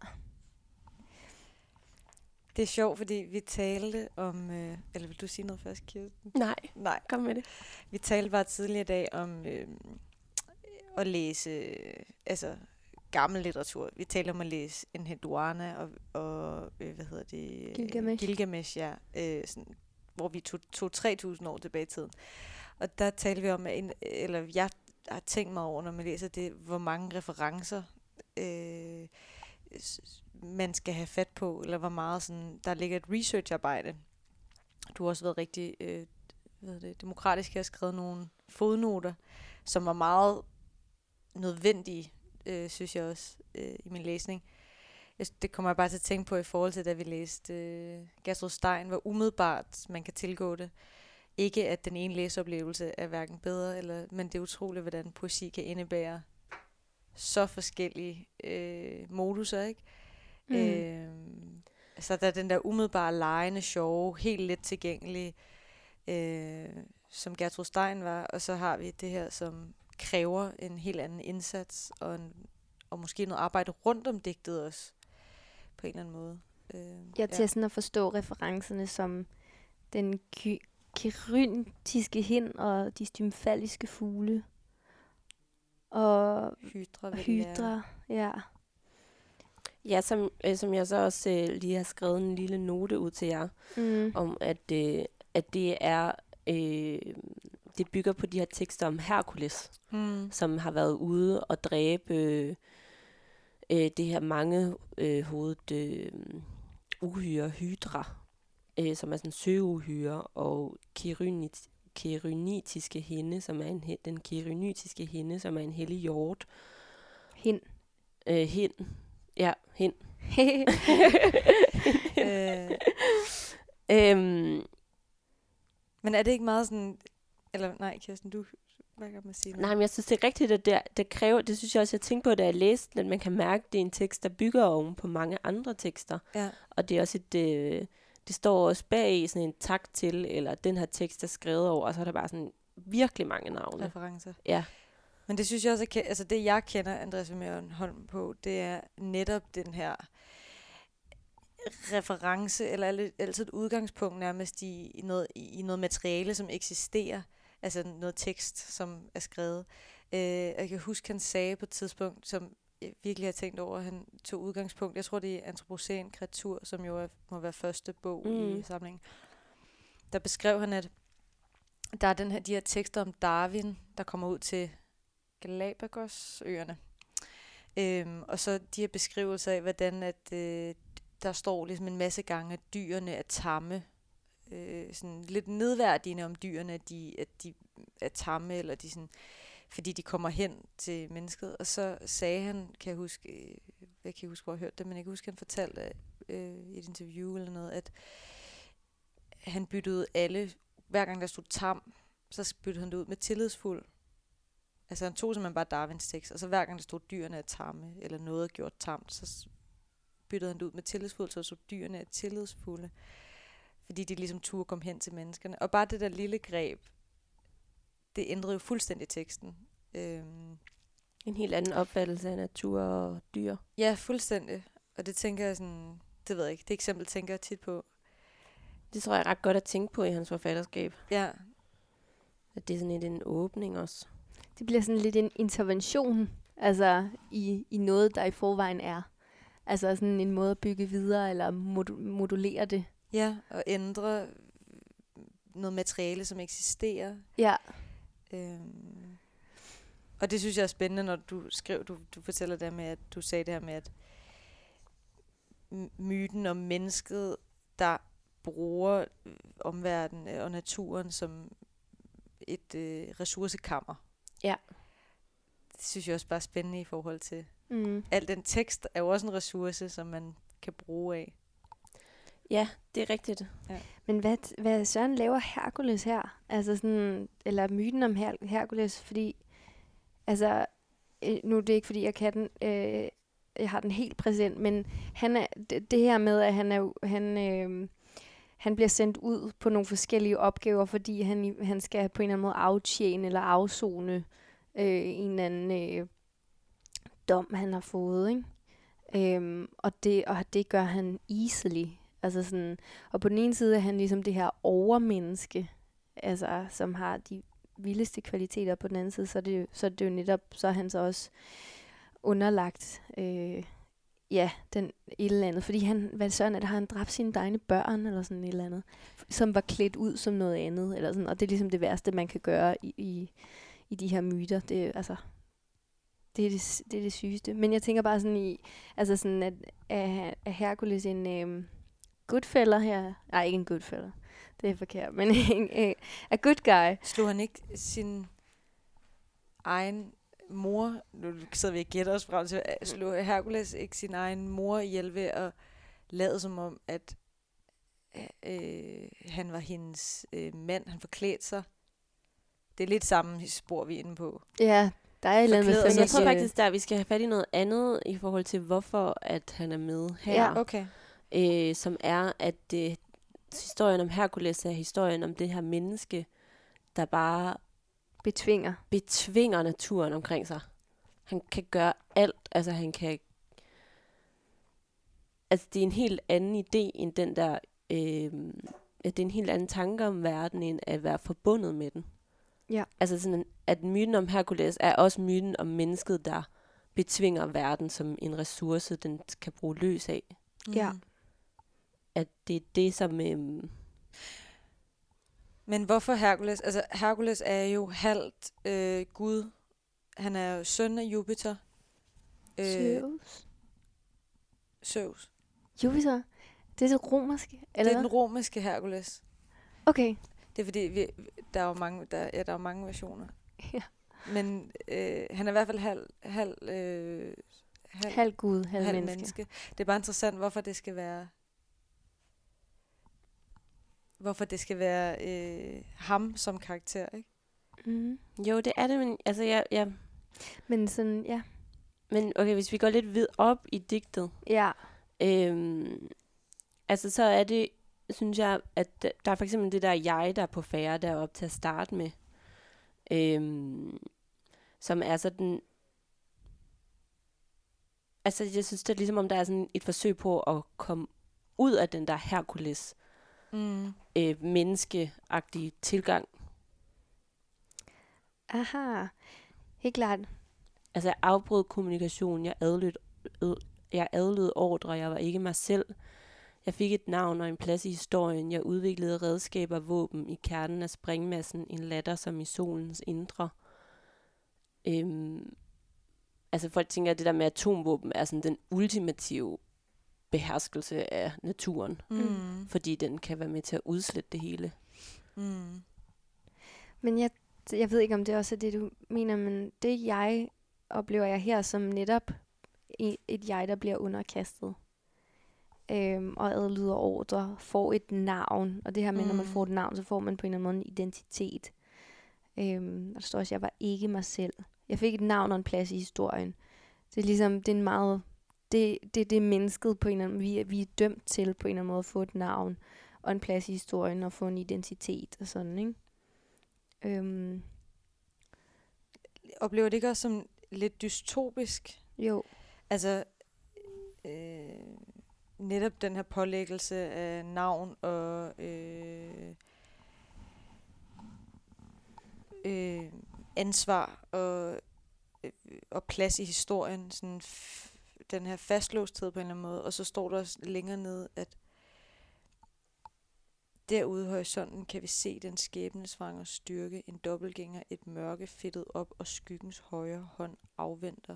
Det er sjovt, fordi vi talte om, øh, eller vil du sige noget først, Kirsten? Nej, Nej. kom med det. Vi talte bare tidligere i dag om øh, at læse, øh, altså gammel litteratur. Vi talte om at læse Enheduanna og, og øh, hvad hedder det? Gilgamesh. Gilgamesh, ja. Øh, sådan, hvor vi tog, tog tre tusind år tilbage i tiden. Og der talte vi om, at en, eller jeg har tænkt mig over, når man læser det, hvor mange referencer øh, man skal have fat på, eller hvor meget sådan, der ligger et researcharbejde. Du har også været rigtig øh, hvad hedder det, demokratisk her, skrevet nogle fodnoter, som var meget nødvendige, øh, synes jeg også, øh, i min læsning. Det kommer jeg bare til at tænke på i forhold til, da vi læste øh, Gertrud Stein, hvor umiddelbart man kan tilgå det. Ikke at den ene læseoplevelse er hverken bedre, eller, men det er utroligt, hvordan poesi kan indebære så forskellige øh, moduser, ikke? Mm. Øh, så der er den der umiddelbare legende, sjove, helt let tilgængelige, øh, som Gertrud Stein var, og så har vi det her, som kræver en helt anden indsats, og, en, og måske noget arbejde rundt om digtet også, på en eller anden måde. Øh, Ja, til ja. sådan at forstå referencerne som den ky- keryntiske hind og de stymfaliske fugle. Og Hydra, vil det være. hydra, ja. Ja, som, øh, som jeg så også øh, lige har skrevet en lille note ud til jer, Mm. om at, øh, at det er øh, det bygger på de her tekster om Herkules, Mm. som har været ude og dræbe øh, øh, det her mange øh, hovedet øh, uhyre hydra, øh, som er sådan søuhyre, og kerynit, kerynitiske hinde, som er en he- den kerynitiske hinde, som er en hellig hjort. Hind. Øh, hind. Ja, hind. øh, øhm, men er det ikke meget sådan... Eller nej, Kirsten, du... Hvad kan man sige? nej, men jeg synes, det er rigtigt, at det, det kræver... Det synes jeg også, jeg tænkte på, da jeg læste, at man kan mærke, at det er en tekst, der bygger oven på mange andre tekster. Ja. Og det er også et... Øh, det står også bag sådan en tak til, eller den her tekst er skrevet over, og så er der bare sådan virkelig mange navne. Referencer. Ja. Men det synes jeg også, at, altså det jeg kender Andreas Vermeer Holm på, det er netop den her reference, eller al- altid et udgangspunkt nærmest i, i, noget, i noget materiale, som eksisterer, altså noget tekst, som er skrevet. Øh, jeg kan huske, han sagde på et tidspunkt, som jeg virkelig har tænkt over, han tog udgangspunkt, jeg tror det er Antropocæn kreatur, som jo er, må være første bog mm. i samlingen. Der beskrev han, at der er den her, de her tekster om Darwin, der kommer ud til Galapagosøerne. Øhm, og så de her beskrivelser af, hvordan at, øh, der står ligesom en masse gange, at dyrene er tamme. Øh, sådan lidt nedværdigende om dyrene, at de, at de er tamme, eller de sådan, fordi de kommer hen til mennesket. Og så sagde han, kan jeg huske, øh, jeg kan huske, hvor jeg hørte det, men jeg kan huske, han fortalte øh, i et interview eller noget, at han byttede alle, hver gang der stod tam, så byttede han det ud med tillidsfuld. Altså han tog simpelthen bare Darwins tekst, og så hver gang der stod dyrene er tamme, eller noget er gjort tamt, så byttede han det ud med tillidsfuld, så så dyrene er tillidsfulde. Fordi de ligesom turde komme hen til menneskerne. Og bare det der lille greb, det ændrede jo fuldstændig teksten. Øhm. En helt anden opfattelse af natur og dyr. Ja, fuldstændig. Og det tænker jeg sådan, det ved jeg ikke, det eksempel tænker jeg tit på. Det tror jeg er ret godt at tænke på i hans forfatterskab. Ja. At det er sådan lidt en åbning også. Det bliver sådan lidt en intervention, altså i, i noget, der i forvejen er. Altså sådan en måde at bygge videre, eller modu- modulere det. Ja, og ændre noget materiale, som eksisterer. Ja. Øhm. Og det synes jeg er spændende, når du skrev, du, du fortæller det med, at du sagde det her med, at myten om mennesket, der bruger omverdenen og naturen som et øh, ressourcekammer. Ja. Det synes jeg også bare er spændende i forhold til. Mm. Al den tekst er jo også en ressource, som man kan bruge af. Ja, det er rigtigt. Ja. Men hvad, hvad Søren laver Herkules her? Altså sådan, eller myten om Her- Herkules, fordi, altså, øh, nu er det ikke fordi jeg kan den, øh, jeg har den helt præsent, men han er, det, det her med, at han er, han, øh, han bliver sendt ud på nogle forskellige opgaver, fordi han, han skal på en eller anden måde aftjene eller afzone øh, en eller anden øh, dom, han har fået, ikke? Øhm, og, det, og det gør han easily. Altså sådan, og på den ene side er han ligesom det her overmenneske, altså, som har de vildeste kvaliteter, på den anden side, så er det, så er det jo netop, så er han så også underlagt, øh, ja, den et eller andet, fordi han, hvad sådan, at har han dræbt sine egne børn, eller sådan et eller andet, som var klædt ud som noget andet, eller sådan, og det er ligesom det værste, man kan gøre i, i, i de her myter, det altså, det er det, det er det sygeste. Men jeg tænker bare sådan i, altså sådan, at er, er Herkules en øh, goodfella her? Nej, ikke en goodfella. Det er forkert, men en øh, a good guy. Slog han ikke sin egen mor, nu sidder vi og gætter os frem til, slog Herkules ikke sin egen mor ihjel ved at lade som om, at øh, han var hendes øh, mand, han forklædte sig. Det er lidt samme spor, vi er inde på. Ja, der er et eller andet. Men jeg tror faktisk, der vi skal have fat i noget andet i forhold til, hvorfor at han er med her. Ja, okay. Øh, som er, at det, historien om Herkules er historien om det her menneske, der bare betvinger. betvinger naturen omkring sig. Han kan gøre alt. Altså han kan... Altså det er en helt anden idé end den der øh, at det er en helt anden tanke om verden, end at være forbundet med den. Ja. Altså sådan, at myten om Herkules er også myten om mennesket, der betvinger verden som en ressource, den kan bruge løs af. Ja. At det er det, som... Øhm, Men hvorfor Herkules? Altså, Herkules er jo halvt øh, gud. Han er jo søn af Jupiter. Øh, Zeus. Zeus. Jupiter. Det er det romerske, eller Det er hvad? den romerske Herkules. Okay. Det er fordi, vi, der er jo mange, der, ja, der er jo mange versioner. Ja. Men øh, han er i hvert fald halv, halv, øh, halv, Halv gud, halv, halv menneske. menneske. Det er bare interessant, hvorfor det skal være... Hvorfor det skal være øh, ham som karakter, ikke? Mm. jo, det er det, men altså, jeg... jeg Men sådan, ja. men okay, hvis vi går lidt vid op i digtet, Ja. øhm, altså så er det, synes jeg, at der der er for eksempel det der jeg, der er på færre deroppe til at starte med, øhm, som er sådan, altså jeg synes, det er ligesom om, der er sådan et forsøg på at komme ud af den der Herkules, Mm. øh, menneskeagtige tilgang. Aha. Helt klart. Altså jeg afbrød kommunikation, jeg adlød, øh, jeg adlød ordre, jeg var ikke mig selv. Jeg fik et navn og en plads i historien. Jeg udviklede redskaber og våben i kernen af springmassen, en latter som i solens indre. Øhm, altså folk tænker, at det der med atomvåben er sådan den ultimative beherskelse af naturen, Mm. fordi den kan være med til at udslette det hele. Mm. Men jeg, jeg ved ikke, om det også er det, du mener, men det jeg oplever jeg her som netop i- et jeg, der bliver underkastet. Øhm, og adlyder ordre, får et navn. Og det her med, mm. når man Mm. får et navn, så får man på en eller anden måde en identitet. Øhm, og der står også, jeg var ikke mig selv. Jeg fik et navn og en plads i historien. Det er ligesom, det er en meget... Det, det, det er mennesket på en eller anden vi, er- vi er dømt til på en eller anden måde at få et navn og en plads i historien og få en identitet og sådan, ikke? Øhm, Oplever det ikke også som lidt dystopisk? jo. Altså, øh, netop den her pålæggelse af navn og øh, øh, ansvar og, øh, og plads i historien, sådan f- den her fastlåsthed på en eller anden måde, og så står der også længere nede, at derude i horisonten kan vi se den skæbnesvangre styrke, en dobbeltgænger, et mørke fedtet op, og skyggens højre hånd afventer,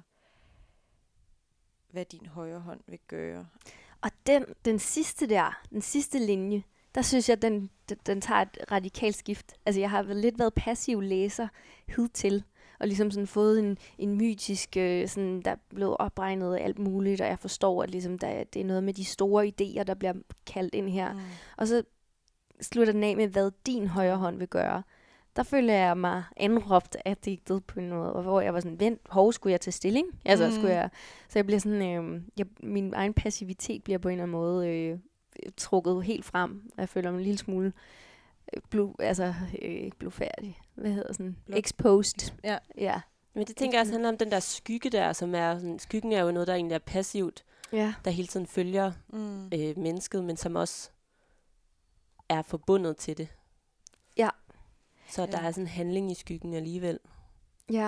hvad din højre hånd vil gøre. Og den, den sidste der, den sidste linje, der synes jeg, den, den, den tager et radikalt skift. Altså, jeg har vel lidt været passiv læser hidtil, og ligesom sådan fået en, en mytisk, øh, sådan, der er blevet opregnet alt muligt, og jeg forstår, at ligesom, der, det er noget med de store idéer, der bliver kaldt ind her. Mm. Og så slutter den af med, hvad din højre hånd vil gøre. Der føler jeg mig anråbt af digtet på en måde, og hvor jeg var sådan, vent, hov, skulle jeg tage stilling? Altså, Mm. skulle jeg... Så jeg bliver sådan, øh, jeg, min egen passivitet bliver på en eller anden måde øh, trukket helt frem. Jeg føler mig en lille smule øh, blu, altså, øh, blufærdig. Hvad hedder sådan? Blot. Exposed. Ja. Ja. Men det tænker jeg også handler om den der skygge der, som er sådan, skyggen er jo noget, der egentlig er passivt, Ja. der hele tiden følger Mm. øh, mennesket, men som også er forbundet til det. Ja. Så Ja. der er sådan en handling i skyggen alligevel. Ja.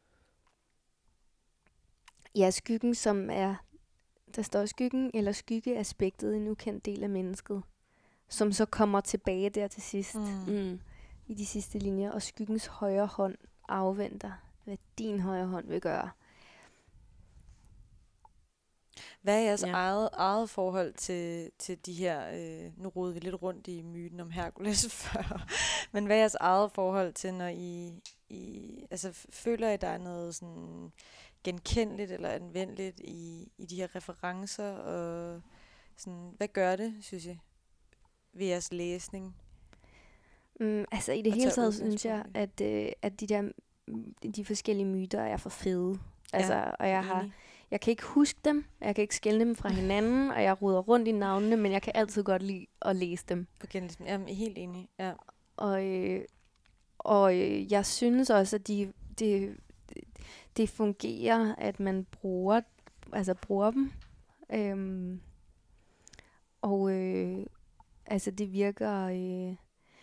Ja, skyggen, som er... Der står skyggen eller skyggeaspektet, en ukendt del af mennesket, som så kommer tilbage der til sidst, Mm. Mm. i de sidste linjer, og skyggens højre hånd afventer, hvad din højre hånd vil gøre. Hvad er jeres Ja. ja. eget, eget forhold til, til de her, øh, nu rodede vi lidt rundt i myten om Herkules før, men hvad er jeres eget forhold til, når I, I altså f- føler I, der er noget sådan genkendeligt eller anvendeligt i, i de her referencer, og sådan, hvad gør det, synes I, ved jeres læsning? Mm, altså i det Og hele tage taget synes jeg, udgangspunkt at, øh, at de der mm, de forskellige myter er for fede. Altså, Ja, og jeg har, Enig. jeg kan ikke huske dem, jeg kan ikke skelne dem fra hinanden, og jeg ruder rundt i navnene, men jeg kan altid godt lide at læse dem. Og genlæsning. Jamen, helt enig. Ja. Og, øh, og øh, jeg synes også, at de, det, det fungerer, at man bruger, altså bruger dem. Øhm, og, øh, Altså, det virker... Øh,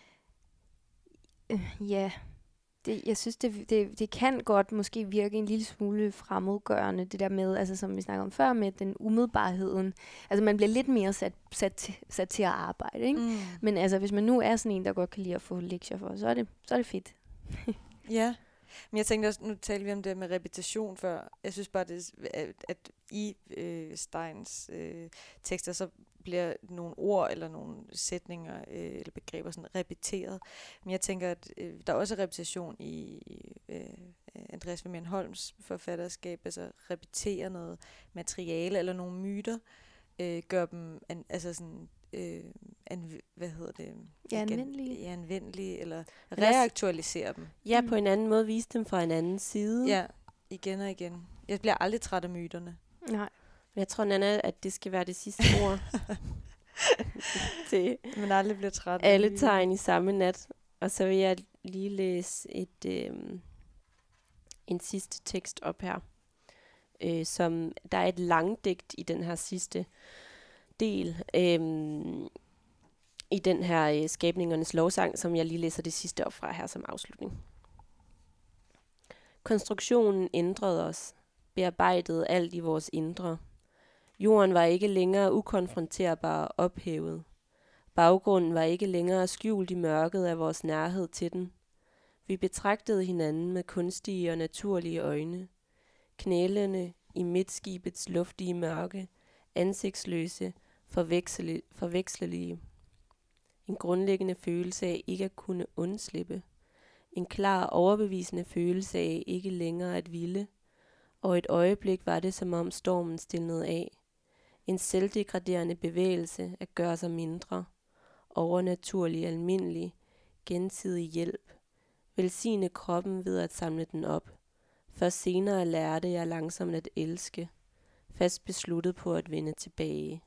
øh, ja, det, jeg synes, det, det, det kan godt måske virke en lille smule fremmedgørende, det der med, altså som vi snakkede om før, med den umiddelbarheden. Altså, man bliver lidt mere sat, sat, til, sat til at arbejde, ikke? Mm. Men altså, hvis man nu er sådan en, der godt kan lide at få lektier for, så er det, så er det fedt. Ja, men jeg tænkte også, nu talte vi om det med repetition før. Jeg synes bare, det, at, at i øh, Steins øh, tekster, så bliver nogle ord eller nogle sætninger øh, eller begreber sådan repeteret. Men jeg tænker, at øh, der er også repetition i øh, Andreas Vermeer Holms forfatterskab, altså repetere noget materiale eller nogle myter, øh, gør dem an, altså sådan øh, an, hvad hedder det? Ja, anvendelige. Ja, anvendelige, eller Men også- reaktualisere dem. Ja, Mm. på en anden måde vise dem fra en anden side. Ja, igen og igen. Jeg bliver aldrig træt af myterne. Nej. Men jeg tror, Nana, at det skal være det sidste ord til Men aldrig bliver træt af alle myter. tegn i samme nat. Og så vil jeg lige læse et, øh, en sidste tekst op her. Øh, som, der er et langdigt i den her sidste del. Øh, I den her øh, skabningernes lovsang, som jeg lige læser det sidste op fra her som afslutning. Konstruktionen ændrede os, bearbejdede alt i vores indre. Jorden var ikke længere ukonfronterbar og ophævet. Baggrunden var ikke længere skjult i mørket af vores nærhed til den. Vi betragtede hinanden med kunstige og naturlige øjne. Knælende i midtskibets luftige mørke, ansigtsløse, forveksle- forvekslelige. En grundlæggende følelse af ikke at kunne undslippe. En klar, overbevisende følelse af ikke længere at ville. Og et øjeblik var det, som om stormen stilnede af. En selvdegraderende bevægelse at gøre sig mindre. Overnaturlig, almindelig, gensidig hjælp. Velsigne kroppen ved at samle den op. Først senere lærte jeg langsomt at elske. Fast besluttet på at vende tilbage.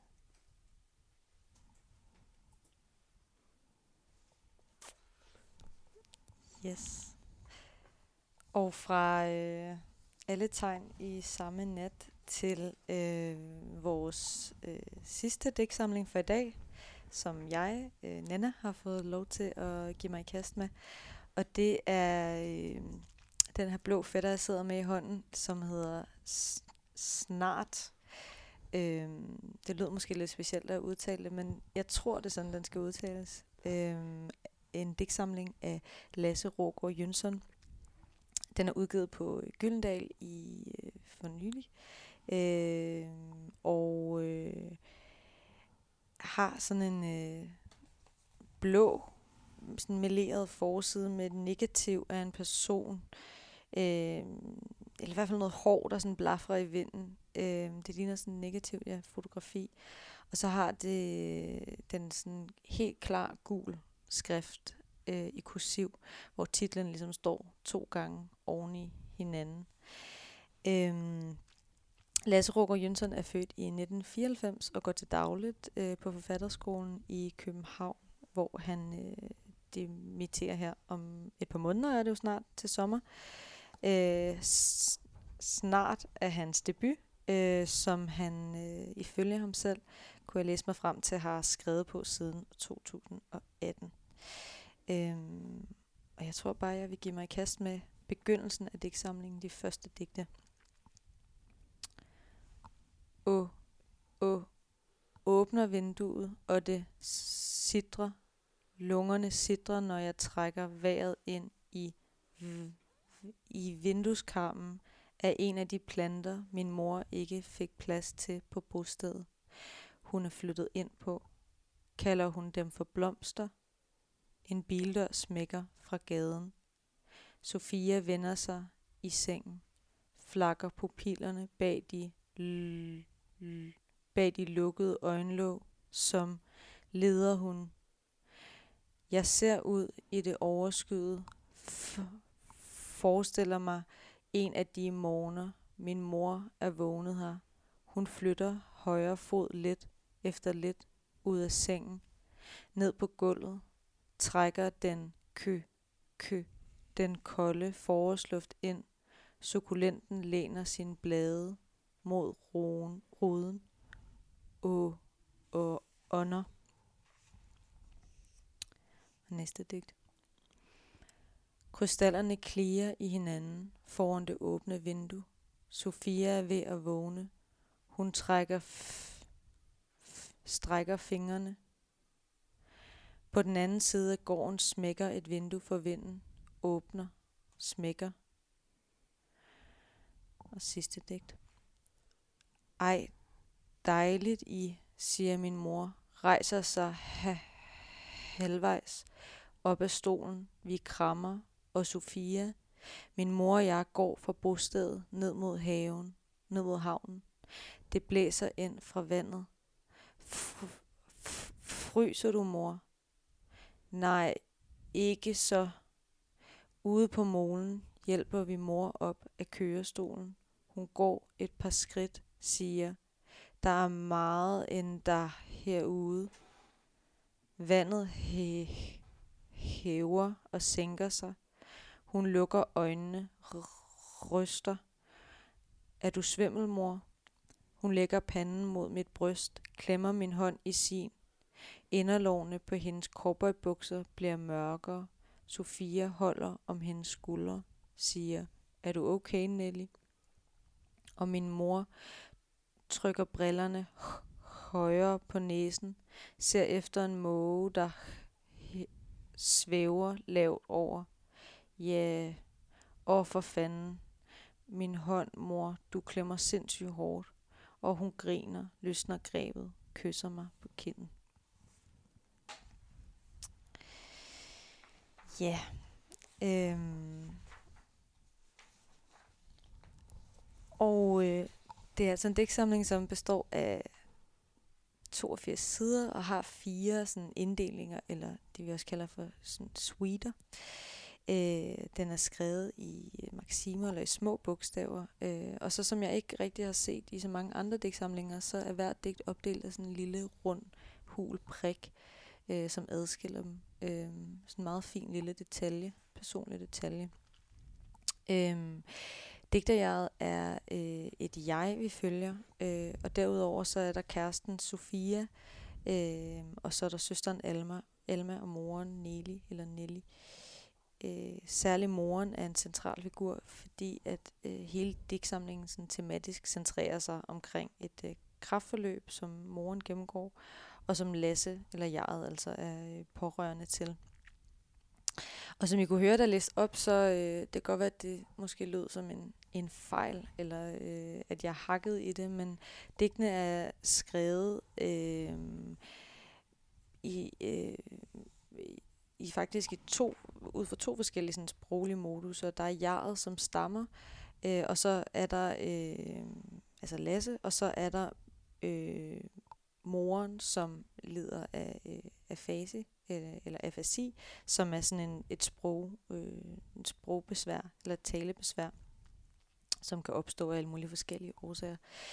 Yes. Og fra øh, alle tegn i samme nat til øh, vores øh, sidste digtsamling for i dag, som jeg, øh, Nana, har fået lov til at give mig i kast med. Og det er øh, den her blå fætter, jeg sidder med i hånden, som hedder S- Snart. Øh, det lød måske lidt specielt at udtale det, men jeg tror, det er sådan, den skal udtales. Øh, en digtsamling af Lasse Rågaard Jønsson. Den er udgivet på Gyldendal i øh, for nylig. Øh, og øh, har sådan en øh, blå, sådan meleret forside med et negativ af en person. Øh, eller i hvert fald noget hår, der sådan blafrer i vinden. Øh, det ligner sådan en negativ, ja, fotografi. Og så har det den sådan helt klar gul skrift øh, i kursiv, hvor titlen ligesom står to gange oven i hinanden. Øhm, Lasse Rågaard Jønsson er født i nitten fireoghalvfems og går til dagligt øh, på Forfatterskolen i København, hvor han øh, dimitterer her om et par måneder, er det jo snart til sommer. Øh, s- snart er hans debut, øh, som han øh, ifølge ham selv, kunne jeg læse mig frem til, har skrevet på siden to tusind og atten. Øhm, og jeg tror bare, jeg vil give mig i kast med begyndelsen af digtsamlingen, de første digte. Å, å, åbner vinduet, og det sidrer, lungerne sidrer, når jeg trækker vejret ind i, i vindueskarmen af en af de planter, min mor ikke fik plads til på bostedet. Hun er flyttet ind på. Kalder hun dem for blomster? En bildør smækker fra gaden. Sofia vender sig i sengen, flakker pupillerne bag de, l- l- bag de lukkede øjenlåg, som leder hun. Jeg ser ud i det overskyede, f- forestiller mig en af de morgener, min mor er vågnet her. Hun flytter højre fod lidt efter lidt ud af sengen, ned på gulvet, trækker den kø, kø, den kolde forårsluft ind. Sukkulenten læner sine blade mod roen, ruden og, og ånder. Næste digt. Krystallerne klirer i hinanden foran det åbne vindue. Sofia er ved at vågne. Hun trækker f- f- strækker fingrene. På den anden side af gården smækker et vindue for vinden. Åbner. Smækker. Og sidste digt. Ej, dejligt I, siger min mor, rejser sig ha- halvvejs op af stolen. Vi krammer, og Sofia, min mor og jeg går fra bostedet ned mod haven, ned mod havnen. Det blæser ind fra vandet. F- f- fryser du, mor? Nej, ikke så. Ude på molen hjælper vi mor op af kørestolen. Hun går et par skridt, siger, der er meget end der herude. Vandet hæ- hæver og sænker sig. Hun lukker øjnene, r- ryster. Er du svimmel, mor? Hun lægger panden mod mit bryst, klemmer min hånd i sin. Inderlårene på hendes cowboybukser bliver mørkere. Sofia holder om hendes skuldre, siger, er du okay, Nelly? Og min mor trykker brillerne højere på næsen, ser efter en måge, der svæver lavt over. Ja, åh for fanden. Min hånd, mor, du klemmer sindssygt hårdt. Og hun griner, løsner grebet, kysser mig på kinden. Ja. Yeah. Øhm. Og øh, det er altså en digtsamling, som består af toogfirs sider og har fire sådan inddelinger, eller det vi også kalder for sådan suiter. Øh, den er skrevet i maksimer eller i små bogstaver, øh, og så som jeg ikke rigtig har set i så mange andre digtsamlinger, så er hvert digt opdelt af sådan en lille rund hul prik, øh, som adskiller dem. Øh, sådan en meget fin lille detalje, personlig detalje. Øh, Digterjeget er øh, et jeg, vi følger, øh, og derudover så er der kæresten Sofia, øh, og så er der søsteren Alma, Alma og moren Nelly, eller Nelly. Øh, særlig moren er en central figur, fordi at øh, hele digtsamlingen sådan tematisk centrerer sig omkring et øh, kræftforløb, som moren gennemgår, og som Lasse, eller jeget, altså er øh, pårørende til. Og som I kunne høre, der læst op, så øh, det kan godt være, at det måske lød som en, en fejl, eller øh, at jeg hakkede i det, men digtene er skrevet øh, i, øh, i faktisk i to, ud fra to forskellige sådan, sproglige moduser. Der er jeget, som stammer, øh, og så er der øh, altså Lasse, og så er der øh, moren, som lider af øh, afasi, eller, eller afasi, som er sådan en, et sprog, øh, et sprogbesvær, eller et talebesvær, som kan opstå af alle mulige forskellige årsager.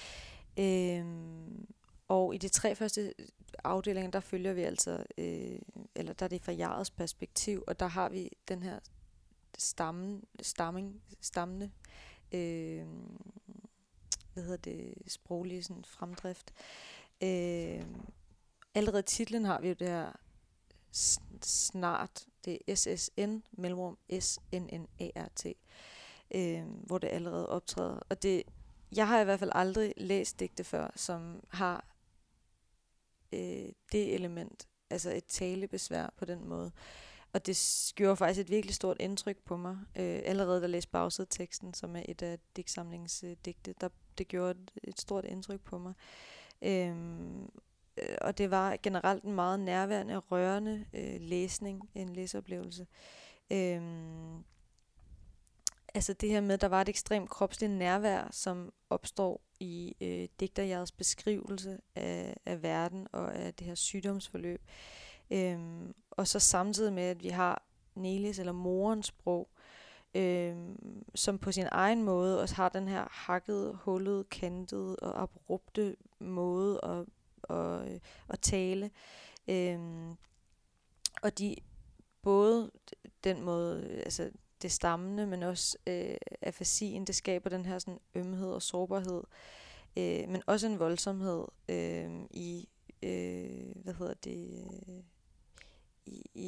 Øhm, og i de tre første afdelinger, der følger vi altså, øh, eller der er det fra jegets perspektiv, og der har vi den her stammen, stamming, stammende, øh, hvad hedder det, sproglige sådan, fremdrift. Øh, allerede i titlen har vi jo det her snart, det er S S N, mellemrum S N N A R T, øh, hvor det allerede optræder. Og det, jeg har i hvert fald aldrig læst digte før, som har øh, det element, altså et talebesvær på den måde. Og det gjorde faktisk et virkelig stort indtryk på mig. Øh, allerede da jeg læste bagsideteksten, som er et af digtsamlingens øh, digte, der, det gjorde et, et stort indtryk på mig. Øh, og det var generelt en meget nærværende og rørende øh, læsning, en læseoplevelse. Øhm, altså det her med, at der var et ekstremt kropsligt nærvær, som opstår i øh, digterjegets beskrivelse af, af verden og af det her sygdomsforløb. Øhm, og så samtidig med, at vi har Nelys eller morens sprog, øhm, som på sin egen måde også har den her hakkede, hullede, kantede og abrupte måde at Og, og tale. Øhm, og de både den måde, altså det stammende, men også øh, afasien, det skaber den her sådan ømhed og sårbarhed, øh, men også en voldsomhed øh, i, øh, hvad hedder det, øh, i, i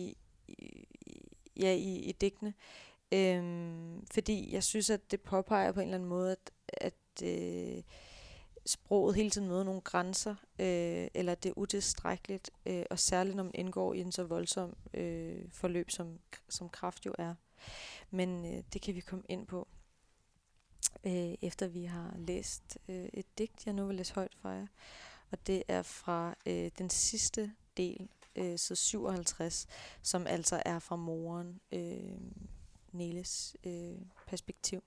i, ja, i, i digtene. Øhm, fordi jeg synes, at det påpeger på en eller anden måde, at, at øh, sproget hele tiden møder nogle grænser, øh, eller det er utilstrækkeligt, øh, og særligt når man indgår i en så voldsom øh, forløb, som, som kræft jo er. Men øh, det kan vi komme ind på, øh, efter vi har læst øh, et digt, jeg nu vil læse højt fra jer. Og det er fra øh, den sidste del, øh, så syvoghalvtreds, som altså er fra moren, øh, Neles øh, perspektiv.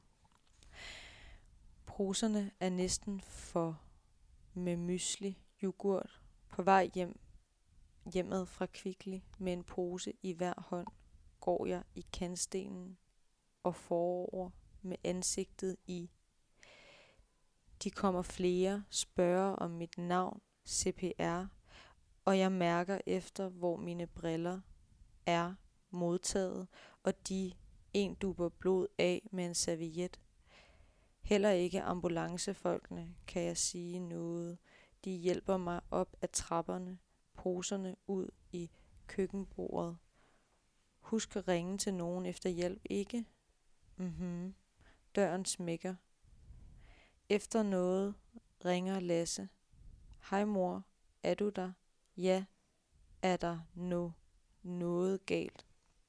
Proserne er næsten for med mysli, yoghurt, på vej hjem, hjemmet fra Kvickly, med en pose i hver hånd, går jeg i kantstenen og forover med ansigtet i. De kommer flere, spørger om mit navn, C P R, og jeg mærker efter, hvor mine briller er modtaget, og de en duber blod af med en serviet. Heller ikke ambulancefolkene kan jeg sige noget. De hjælper mig op ad trapperne, poserne ud i køkkenbordet. Husk at ringe til nogen efter hjælp, ikke? Mhm. Døren smækker. Efter noget ringer Lasse. Hej mor, er du der? Ja, er der no, noget galt?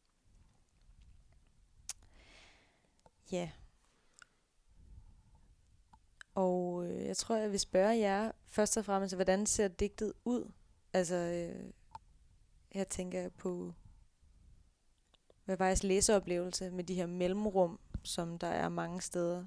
Ja. Og øh, jeg tror, jeg vil spørge jer først og fremmest, hvordan ser digtet ud? Altså, øh, her tænker jeg på, hvad var jeres læseoplevelse med de her mellemrum, som der er mange steder?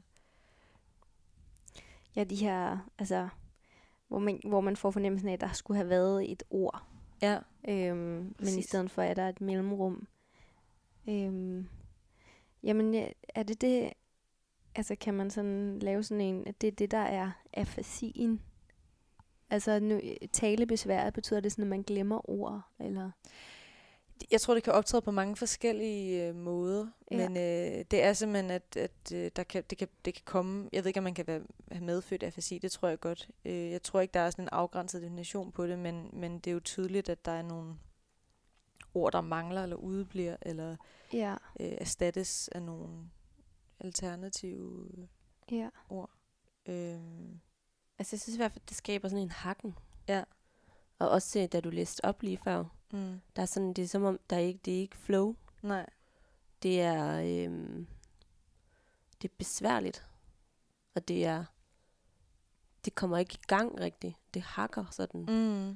Ja, de her, altså, hvor man, hvor man får fornemmelsen af, at der skulle have været et ord. Ja, Øhm, men i præcis. stedet for, at der er et mellemrum. Øhm, jamen, ja, er det det, altså kan man sådan lave sådan en, at det er det, der er afasien? Altså nu, talebesværet, betyder det sådan, at man glemmer ord, eller? Jeg tror, det kan optræde på mange forskellige øh, måder, Ja. men øh, det er simpelthen, at, at øh, der kan, det, kan, det kan komme, jeg ved ikke, om man kan være, have medfødt afasi, det tror jeg godt. Øh, jeg tror ikke, der er sådan en afgrænset definition på det, men, men det er jo tydeligt, at der er nogle ord, der mangler eller udebliver, eller Ja, øh, erstattes af nogle alternative ja. ord. Øhm, Altså, jeg synes i hvert fald, det skaber sådan en hakken. ja. Og også øh, da du læste op lige før, Mm. der er sådan, det er som om, der er ikke, det er ikke flow. Nej. Det er, øhm, det er besværligt. Og det er, det kommer ikke i gang rigtigt. Det hakker sådan. Mm.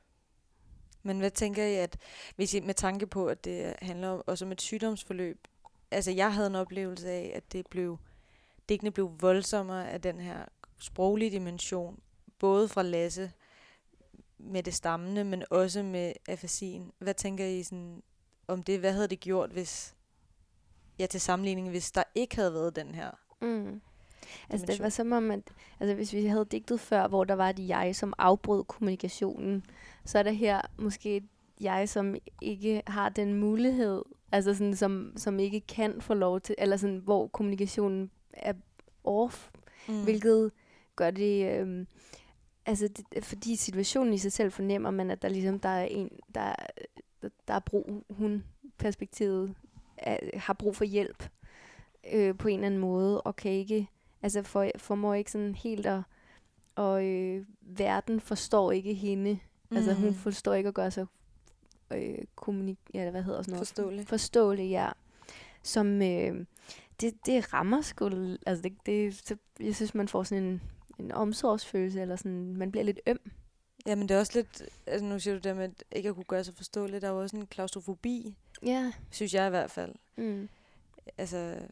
Men hvad tænker I, at hvis I, med tanke på, at det handler om, også om et sygdomsforløb, altså jeg havde en oplevelse af, at det blev, digtene blev voldsommere af den her sproglige dimension, både fra Lasse med det stammende, men også med afasien. Hvad tænker I sådan, om det? Hvad havde det gjort, hvis, ja, til sammenligning, hvis der ikke havde været den her? Mm. Altså det dimension? var som om, at altså, hvis vi havde digtet før, hvor der var et jeg, som afbrød kommunikationen, så er der her måske et jeg, som ikke har den mulighed, altså sådan, som, som ikke kan få lov til, eller sådan, hvor kommunikationen er off, Mm. hvilket gør det, øhm, altså det, fordi situationen i sig selv fornemmer man, at der ligesom, der er en, der, der, der er brug, hun, perspektivet, er, har brug for hjælp, øh, på en eller anden måde, og kan ikke, altså for, formår ikke sådan helt at, og øh, verden forstår ikke hende, mm. altså hun forstår ikke at gøre sig øh, kommunik, ja, hvad hedder sådan noget? Forståelig. Forståelig, ja. Som, øh, det, det rammer sgu, altså det, det, så, jeg synes, man får sådan en, en omsorgsfølelse, eller sådan, man bliver lidt øm. Ja, men det er også lidt, altså nu siger du det med at ikke at kunne gøre sig forståeligt, der er jo også en klaustrofobi, Ja. synes jeg i hvert fald. Mm. Altså,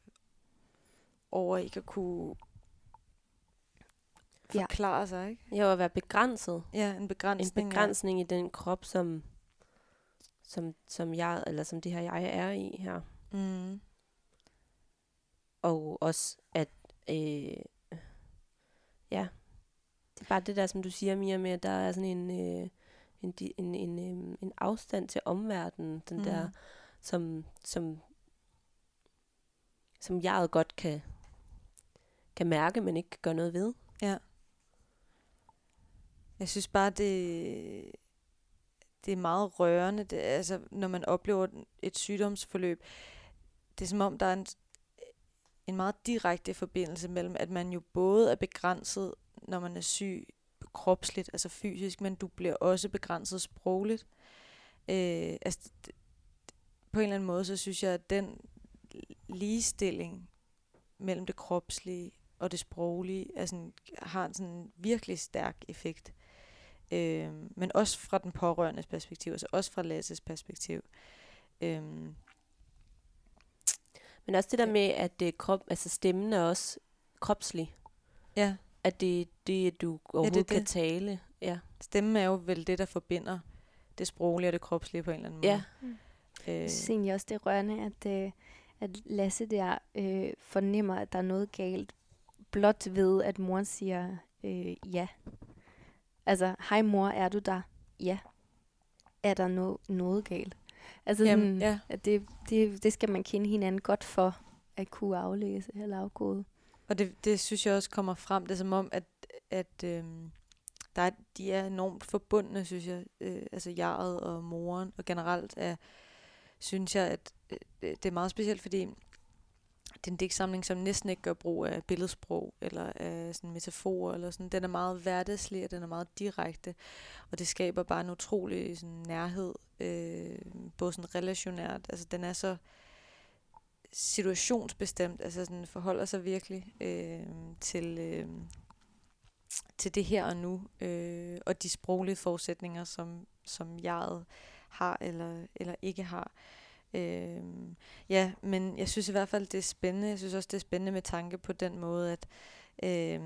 over ikke at kunne Ja. forklare sig, ikke? Jeg at være begrænset. Ja, en begrænsning. En begrænsning i den krop, som, som, som jeg, eller som det her jeg er i her. Ja. Mm. Og også at, øh, ja, det er bare det der, som du siger, Mia, med, at der er sådan en, øh, en, di- en, en, øh, en afstand til omverdenen, den Mm. der, som, som, som jeg godt kan, kan mærke, men ikke kan gøre noget ved. Ja. Jeg synes bare, det, det er meget rørende, det, altså, når man oplever et sygdomsforløb. Det er som om, der er en, en meget direkte forbindelse mellem, at man jo både er begrænset, når man er syg kropsligt, altså fysisk, men du bliver også begrænset sprogligt. Øh, altså, på en eller anden måde, så synes jeg, at den ligestilling mellem det kropslige og det sproglige altså, har en sådan virkelig stærk effekt. Øh, men også fra den pårørendes perspektiv, altså også fra Lasses perspektiv. Øh, Men også det der med, at det krop, altså stemmen er også kropslig. Ja. At det det, du overhovedet ja, det, kan det. tale. Ja. Stemmen er jo vel det, der forbinder det sproglige og det kropslige på en eller anden måde. Ja. Mm. Øh. Jeg synes egentlig også, det er rørende, at, øh, at Lasse der øh, fornemmer, at der er noget galt, blot ved, at moren siger øh, ja. Altså, hej mor, er du der? Ja. Er der no- noget galt? Altså, Jamen, sådan, ja. at det, det, det skal man kende hinanden godt for, at kunne aflæse eller afkode. Og det, det synes jeg også kommer frem. Det er som om, at, at øhm, der er, de er enormt forbundne, synes jeg. Øh, altså Jaret og moren. Og generelt er, synes jeg, at øh, det er meget specielt, fordi det er en digtsamling, som næsten ikke gør brug af billedsprog eller af sådan metaforer. Eller sådan. Den er meget hverdagslig, og den er meget direkte. Og det skaber bare en utrolig sådan, nærhed. Øh, både sådan relationært. Altså den er så situationsbestemt, altså sådan forholder sig virkelig øh, til, øh, til det her og nu, øh, og de sproglige forudsætninger, som, som jeget har eller, eller ikke har. Øh, ja, men jeg synes i hvert fald, det er spændende. Jeg synes også, det er spændende med tanke på den måde, at øh,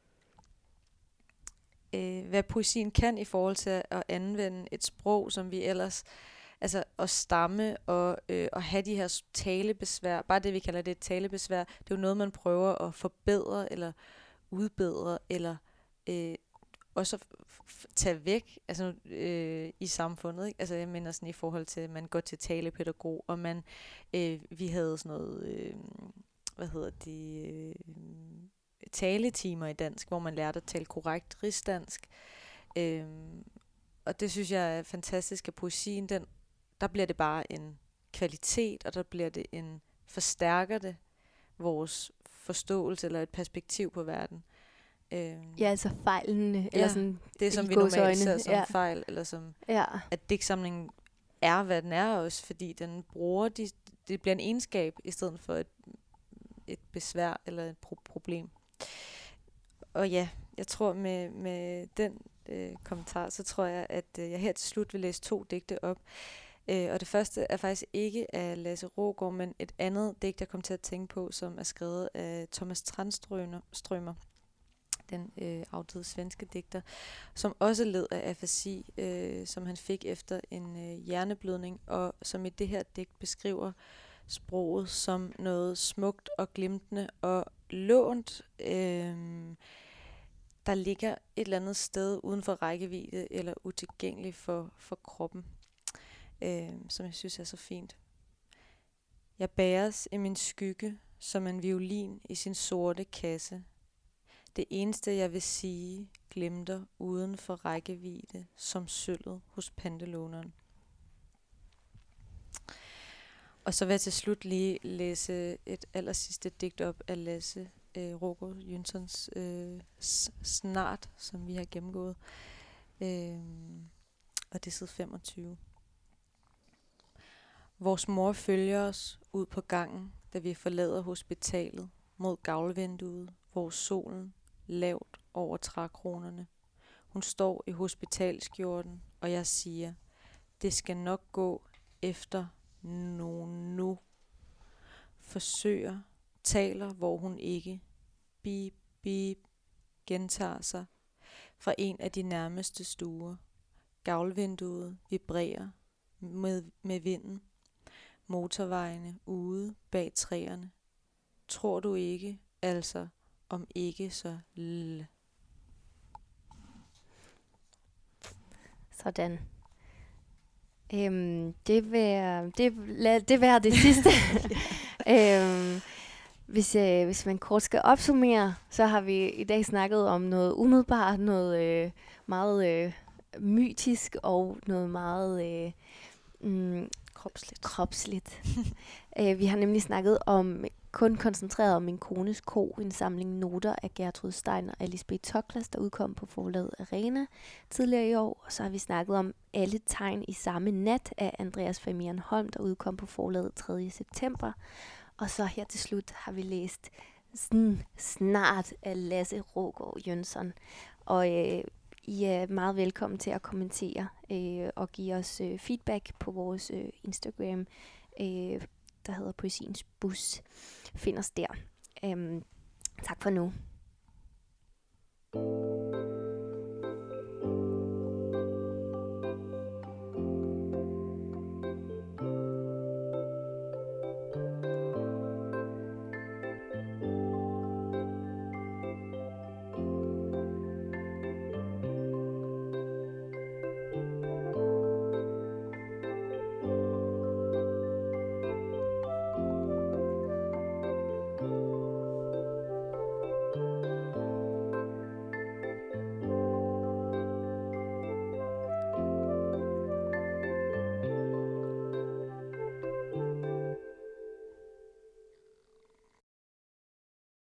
øh, hvad poesien kan i forhold til at anvende et sprog, som vi ellers altså at stamme og, øh, og have de her talebesvær, bare det vi kalder det et talebesvær, det er jo noget, man prøver at forbedre eller udbedre, eller øh, også f- tage væk altså, øh, i samfundet. Ikke? Altså jeg mener sådan i forhold til, at man går til talepædagog, og man, øh, vi havde sådan noget, øh, hvad hedder det, øh, taletimer i dansk, hvor man lærte at tale korrekt rigsdansk. Øh, og det synes jeg er fantastisk, at poesien, den der bliver det bare en kvalitet, og der bliver det en, forstærker det vores forståelse eller et perspektiv på verden. Øhm, Ja, altså fejlene, ja, eller sådan det som i vi normalt gåseøjne. ser som Ja. fejl, eller som, Ja. at digtsamlingen er, hvad den er også, fordi den bruger, de, det bliver en egenskab, i stedet for et, et besvær eller et pro- problem. Og ja, jeg tror med, med den øh, kommentar, så tror jeg, at øh, jeg her til slut vil læse to digte op. Øh, og det første er faktisk ikke af Lasse Rågaard, men et andet digt, jeg kom til at tænke på, som er skrevet af Thomas Tranströmer, den øh, afdøde svenske digter, som også led af afasi, øh, som han fik efter en øh, hjerneblødning, og som i det her digt beskriver sproget som noget smukt og glimtende og lånt, øh, der ligger et eller andet sted uden for rækkevidde eller utilgængelig for, for kroppen. Øh, som jeg synes er så fint. Jeg bæres i min skygge som en violin i sin sorte kasse. Det eneste jeg vil sige glimter uden for rækkevidde som sølvet hos pantelåneren. Og så vil jeg til slut lige læse et allersidste digt op af Lasse øh, Rågaard Jønssons øh, Snart, som vi har gennemgået. Øh, og det er side femogtyve. Vores mor følger os ud på gangen, da vi forlader hospitalet, mod gavlvinduet, hvor solen lavt over trækronerne. Hun står i hospitalskjorten, og jeg siger, det skal nok gå efter nogen nu. Forsøger, taler, hvor hun ikke. Bip, bip, gentager sig fra en af de nærmeste stuer. Gavlvinduet vibrerer med, med vinden. Motorvejene ude bag træerne. Tror du ikke, altså om ikke så l. Sådan. Øhm, det vil det, lad, det være det sidste. øhm, hvis, øh, hvis man kort skal opsummere, så har vi i dag snakket om noget umiddelbart, noget øh, meget øh, mytisk og noget meget øh, mm, Kropsligt. kropsligt. øh, vi har nemlig snakket om kun koncentreret om Min kones ko, en samling noter af Gertrud Stein og Alice B. Toklas, der udkom på forlaget Arena tidligere i år. Og så har vi snakket om Alle tegn i samme nat af Andreas Famian Holm, der udkom på forlaget tredje september. Og så her til slut har vi læst sådan snart af Lasse Rågaard Jønsson. Og øh, I er meget velkommen til at kommentere øh, og give os øh, feedback på vores øh, Instagram, øh, der hedder Poesiens Bus. Find os der. Øhm, tak for nu.